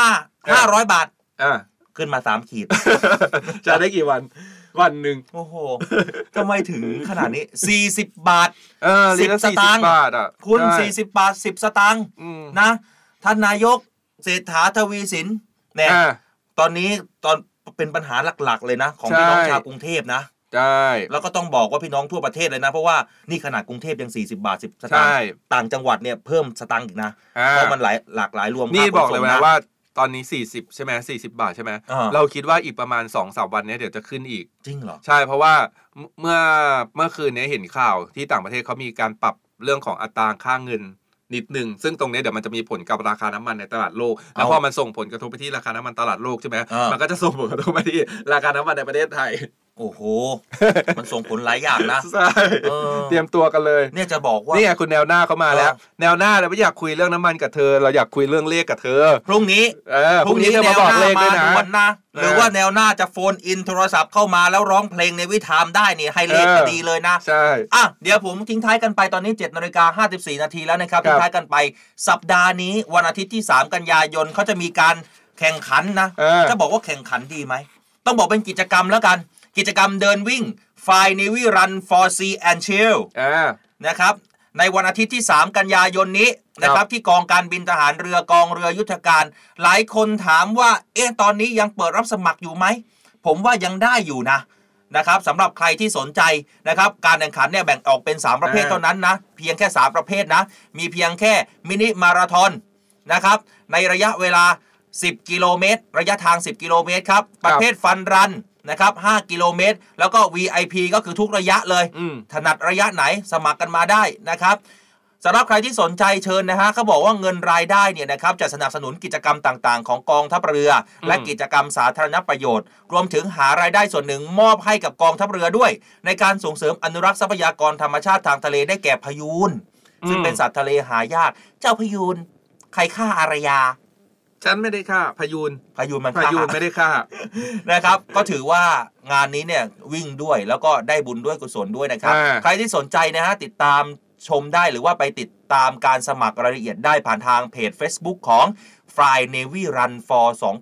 95 500 บาทขึ้นมา3 ขีดจะได้กี่วันหนึ่งโอ้โหทำไมถึงขนาดนี้40 บาท 10 สตางค์คุณ40 บาท10 สตางค์นะท่านนายกเศรษฐาทวีสินเนี่ยตอนนี้เป็นปัญหาหลักๆเลยนะของพี่น้องชาวกรุงเทพนะใช่แล้วก็ต้องบอกว่าพี่น้องทั่วประเทศเลยนะเพราะว่านี่ขนาดกรุงเทพยัง40 บาท10 สตางค์ต่างจังหวัดเนี่ยเพิ่มสตางค์อีกนะเพราะมันหลากหลายรวมนี่บอกเลยนะว่าตอนนี้40ใช่ไหม40 บาทใช่ไหมเราคิดว่าอีกประมาณ 2-3 วันนี้เดี๋ยวจะขึ้นอีกจริงเหรอใช่เพราะว่าเมื่อคืนนี้เห็นข่าวที่ต่างประเทศเขามีการปรับเรื่องของอัตราค่าเงินนิดนึงซึ่งตรงนี้เดี๋ยวมันจะมีผลกับราคาน้ำมันในตลาดโลกแล้วพอมันส่งผลกระทบไปที่ราคาน้ำมันตลาดโลกใช่ไหมมันก็จะส่งผลกระทบไปที่ราคาน้ำมันในประเทศไทยโอ้โหมันส่งผลหลายอย่างนะใช่เตรียมตัวกันเลยเนี่ยจะบอกว่านี่คุณแนวหน้าเข้ามาแล้วแนวหน้าเราไม่อยากคุยเรื่องน้ำมันกับเธอเราอยากคุยเรื่องเลขกับเธอพรุ่งนี้จะมาบอกเลขด้วยนะหรือว่าแนวหน้าจะโฟนอินโทรศัพท์เข้ามาแล้วร้องเพลงในวิถีได้นี่ให้เลขพอดีเลยนะใช่เดี๋ยวผมทิ้งท้ายกันไปตอนนี้ 7:54 นาทีแล้วนะครับทิ้งท้ายกันไปสัปดาห์นี้วันอาทิตย์ที่3 กันยายนเขาจะมีการแข่งขันนะจะบอกว่าแข่งขันดีไหมต้องบอกเป็นกิจกรรมแล้วกันกิจกรรมเดินวิ่ง Five Navy Run for Sea and Chill นะครับในวันอาทิตย์ที่3กันยายนนี้นะครับที่กองการบินทหารเรือกองเรือยุทธการหลายคนถามว่าตอนนี้ยังเปิดรับสมัครอยู่ไหมผมว่ายังได้อยู่นะครับสำหรับใครที่สนใจนะครับการแข่งขันเนี่ยแบ่งออกเป็น3ประเภทเท่านั้นนะเพียงแค่3ประเภทนะมีเพียงแค่มินิมาราธอนนะครับในระยะเวลา10กิโลเมตรระยะทาง10กิโลเมตรครับประเภทฟันรันนะครับ5กิโลเมตรแล้วก็ VIP ก็คือทุกระยะเลยถนัดระยะไหนสมัครกันมาได้นะครับสำหรับใครที่สนใจเชิญนะฮะเขาบอกว่าเงินรายได้เนี่ยนะครับจะสนับสนุนกิจกรรมต่างๆของกองทัพเรือและกิจกรรมสาธารณประโยชน์รวมถึงหารายได้ส่วนหนึ่งมอบให้กับกองทัพเรือด้วยในการส่งเสริมอนุรักษ์ทรัพยากรธรรมชาติทางทะเลได้แก่พยูนซึ่งเป็นสัตว์ทะเลหายากเจ้าพยูนใครฆ่าอารยาฉันไม่ได้ฆ่าพยูนมันพยูนไม่ได้ฆ่านะครับก็ถือว่างานนี้เนี่ยวิ่งด้วยแล้วก็ได้บุญด้วยกุศลด้วยนะครับใครที่สนใจนะฮะติดตามชมได้หรือว่าไปติดตามการสมัครรายละเอียดได้ผ่านทางเพจ Facebook ของ Fly Navy Run for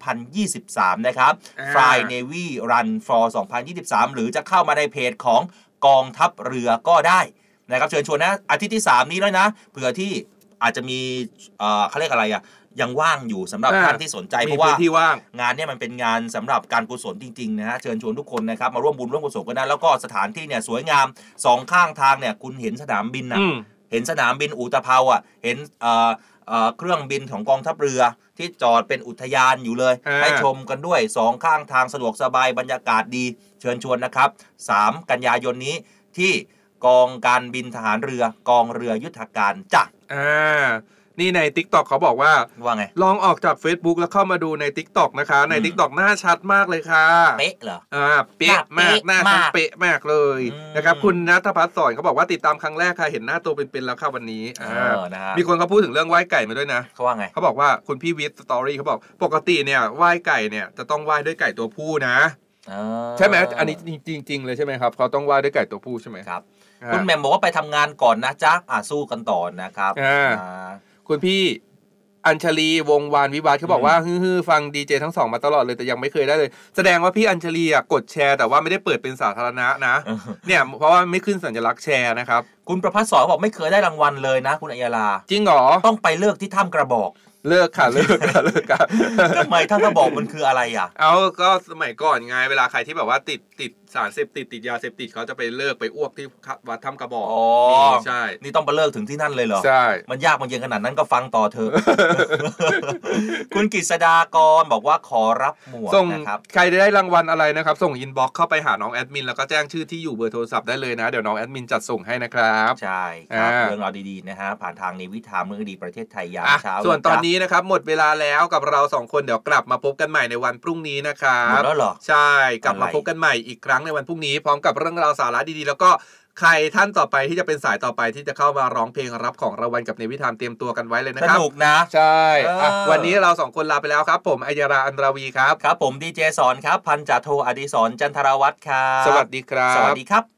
2023 นะครับ Fly Navy Run for 2023 หรือจะเข้ามาในเพจของกองทัพเรือก็ได้นะครับเชิญชวนนะอาทิตย์ที่3นี้แล้วนะเผื่อที่อาจจะมีเขาเรียกอะไรยังว่างอยู่สำหรับท่านที่สนใจเพราะว่างานเนี่ยมันเป็นงานสำหรับการกุศลจริงๆนะฮะเชิญชวนทุกคนนะครับมาร่วมบุญร่วมกุศลกันได้แล้วก็สถานที่เนี่ยสวยงาม2ข้างทางเนี่ยคุณเห็นสนามบินเห็นสนามบินอุตภาวเห็นเครื่องบินของกองทัพเรือที่จอดเป็นอุทยานอยู่เลยให้ชมกันด้วย2ข้างทางสะดวกสบายบรรยากาศดีเชิญชวนนะครับ3กันยายนนี้ที่กองการบินทหารเรือกองเรือยุทธการจ้ะนี่ใน TikTok เขาบอกว่าไงลองออกจาก Facebook แล้วเข้ามาดูใน TikTok นะคะใน TikTok หน้าชัดมากเลยค่ะเป๊ะเหรอเป๊ะมากหน้าชัดเป๊ะมากเลยนะครับคุณณัฐพัฒน์สอนเขาบอกว่าติดตามครั้งแรกค่ะเห็นหน้าตัวเป็นๆแล้วค่ะวันนี้มีคนเขาพูดถึงเรื่องไหว้ไก่มาด้วยนะเขาว่าไงเขาบอกว่าคุณพี่วิทย์สตอรี่เขาบอกปกติเนี่ยไหว้ไก่เนี่ยจะต้องไหว้ด้วยไก่ตัวผู้นะใช่ไหมอันนี้จริงๆเลยใช่ไหมครับเขาต้องไหว้ด้วยไก่ตัวผู้ใช่ไหมครับคุณแหม่มบอกว่าไปทำงานก่อนนะจ๊ะสู้กันต่อนะครับคุณพี่อัญชลีวงวานวิวัฒน์เขาบอกว่าฮือฟังดีเจทั้งสองมาตลอดเลยแต่ยังไม่เคยได้เลยแสดงว่าพี่อัญชลีกดแชร์แต่ว่าไม่ได้เปิดเป็นสาธารณะนะเนี่ยเพราะว่าไม่ขึ้นสัญลักษณ์แชร์นะครับคุณประภัสสรบอกไม่เคยได้รางวัลเลยนะคุณอัยยาลาจริงเหรอต้องไปเลือกที่ถ้ำกระบอกเลิกค่ะเลิกทำไมถ้ากระบอกมันคืออะไรเอาก็สมัยก่อนไงเวลาใครที่แบบว่าติดสารเสพติดติดยาเสพติดเขาจะไปเลิกไปอ้วกที่วัดถ้ำกระบอกใช่นี่ต้องไปเลิกถึงที่นั่นเลยเหรอใช่มันยากมันเย็นขนาดนั้นก็ฟังต่อเถอะ คุณกฤษดากรบอกว่าขอรับหมวกนะครับใครได้รางวัลอะไรนะครับส่งอินบ็อกซ์เข้าไปหาน้องแอดมินแล้วก็แจ้งชื่อที่อยู่เบอร์โทรศัพท์ได้เลยนะเดี๋ยวน้องแอดมินจัดส่งให้นะครับใช่ครับเรื่องราวดีๆนะฮะผ่านทางNavy Timeเรื่องดีประเทศไทยยามเช้าส่วนตอนนี้นะครับหมดเวลาแล้วกับเรา2คนเดี๋ยวกลับมาพบกันใหม่ในวันพรุ่งนี้นะครับหมดแล้วเหรอใช่กลับมาพบกันใหม่อีกครั้งในวันพรุ่งนี้พร้อมกับเรื่องราวสาระดีๆแล้วก็ใครท่านต่อไปที่จะเป็นสายต่อไปที่จะเข้ามาร้องเพลงรับของรางวัลกับNavy Timeเตรียมตัวกันไว้เลยนะครับสนุกนะใช่วันนี้เรา2คนลาไปแล้วครับผมอัยราอันราวีครับครับผมดีเจสอนครับพันจ่าโทอดิศรจันทรวัฒน์ครับสวัสดีครับสวัสดีครับ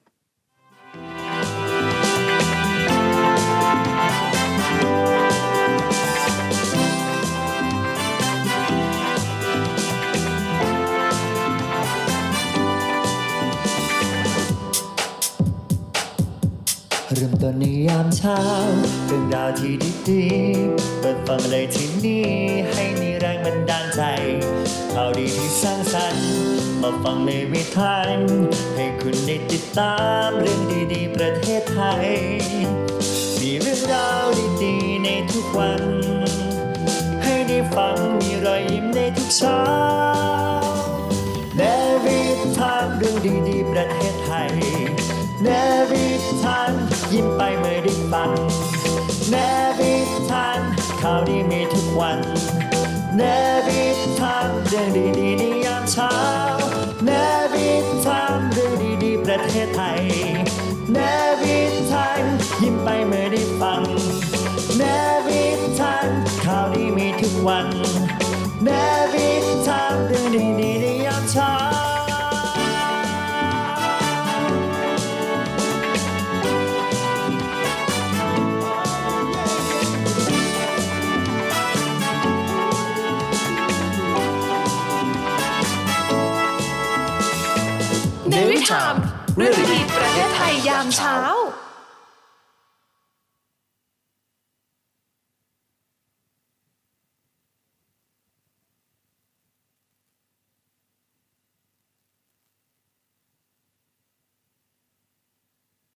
เริ่มต้นในยามเช้าเรื่องราวที่ดีๆเปิดฟังเลยที่นี่ให้มีแรงบันดาลใจข่าวดีที่สร้างสรรค์มาฟังNavy Timeให้คุณได้ติดตามเรื่องดีๆประเทศไทยมีเรื่องราวดีๆในทุกวันให้ได้ฟังมีรอยยิ้มในทุกเช้าNavy Timeเรื่องดีๆประเทศไทยNavy Time ยิ้มไปเมื่อได้ฟังNavy Time ข่าวดีมีทุกวัน Navy Time เรื่องดีๆในยามเช้า Navy Time เรื่องดีๆประเทศไทย Navy Time ยิ้มไปเมื่อได้ฟัง Navy Time ข่าวดีมีทุกวัน Navy Time เรื่องดีๆในยามเช้า Navy Time เรื่องดีประเทศไทยยามเช้า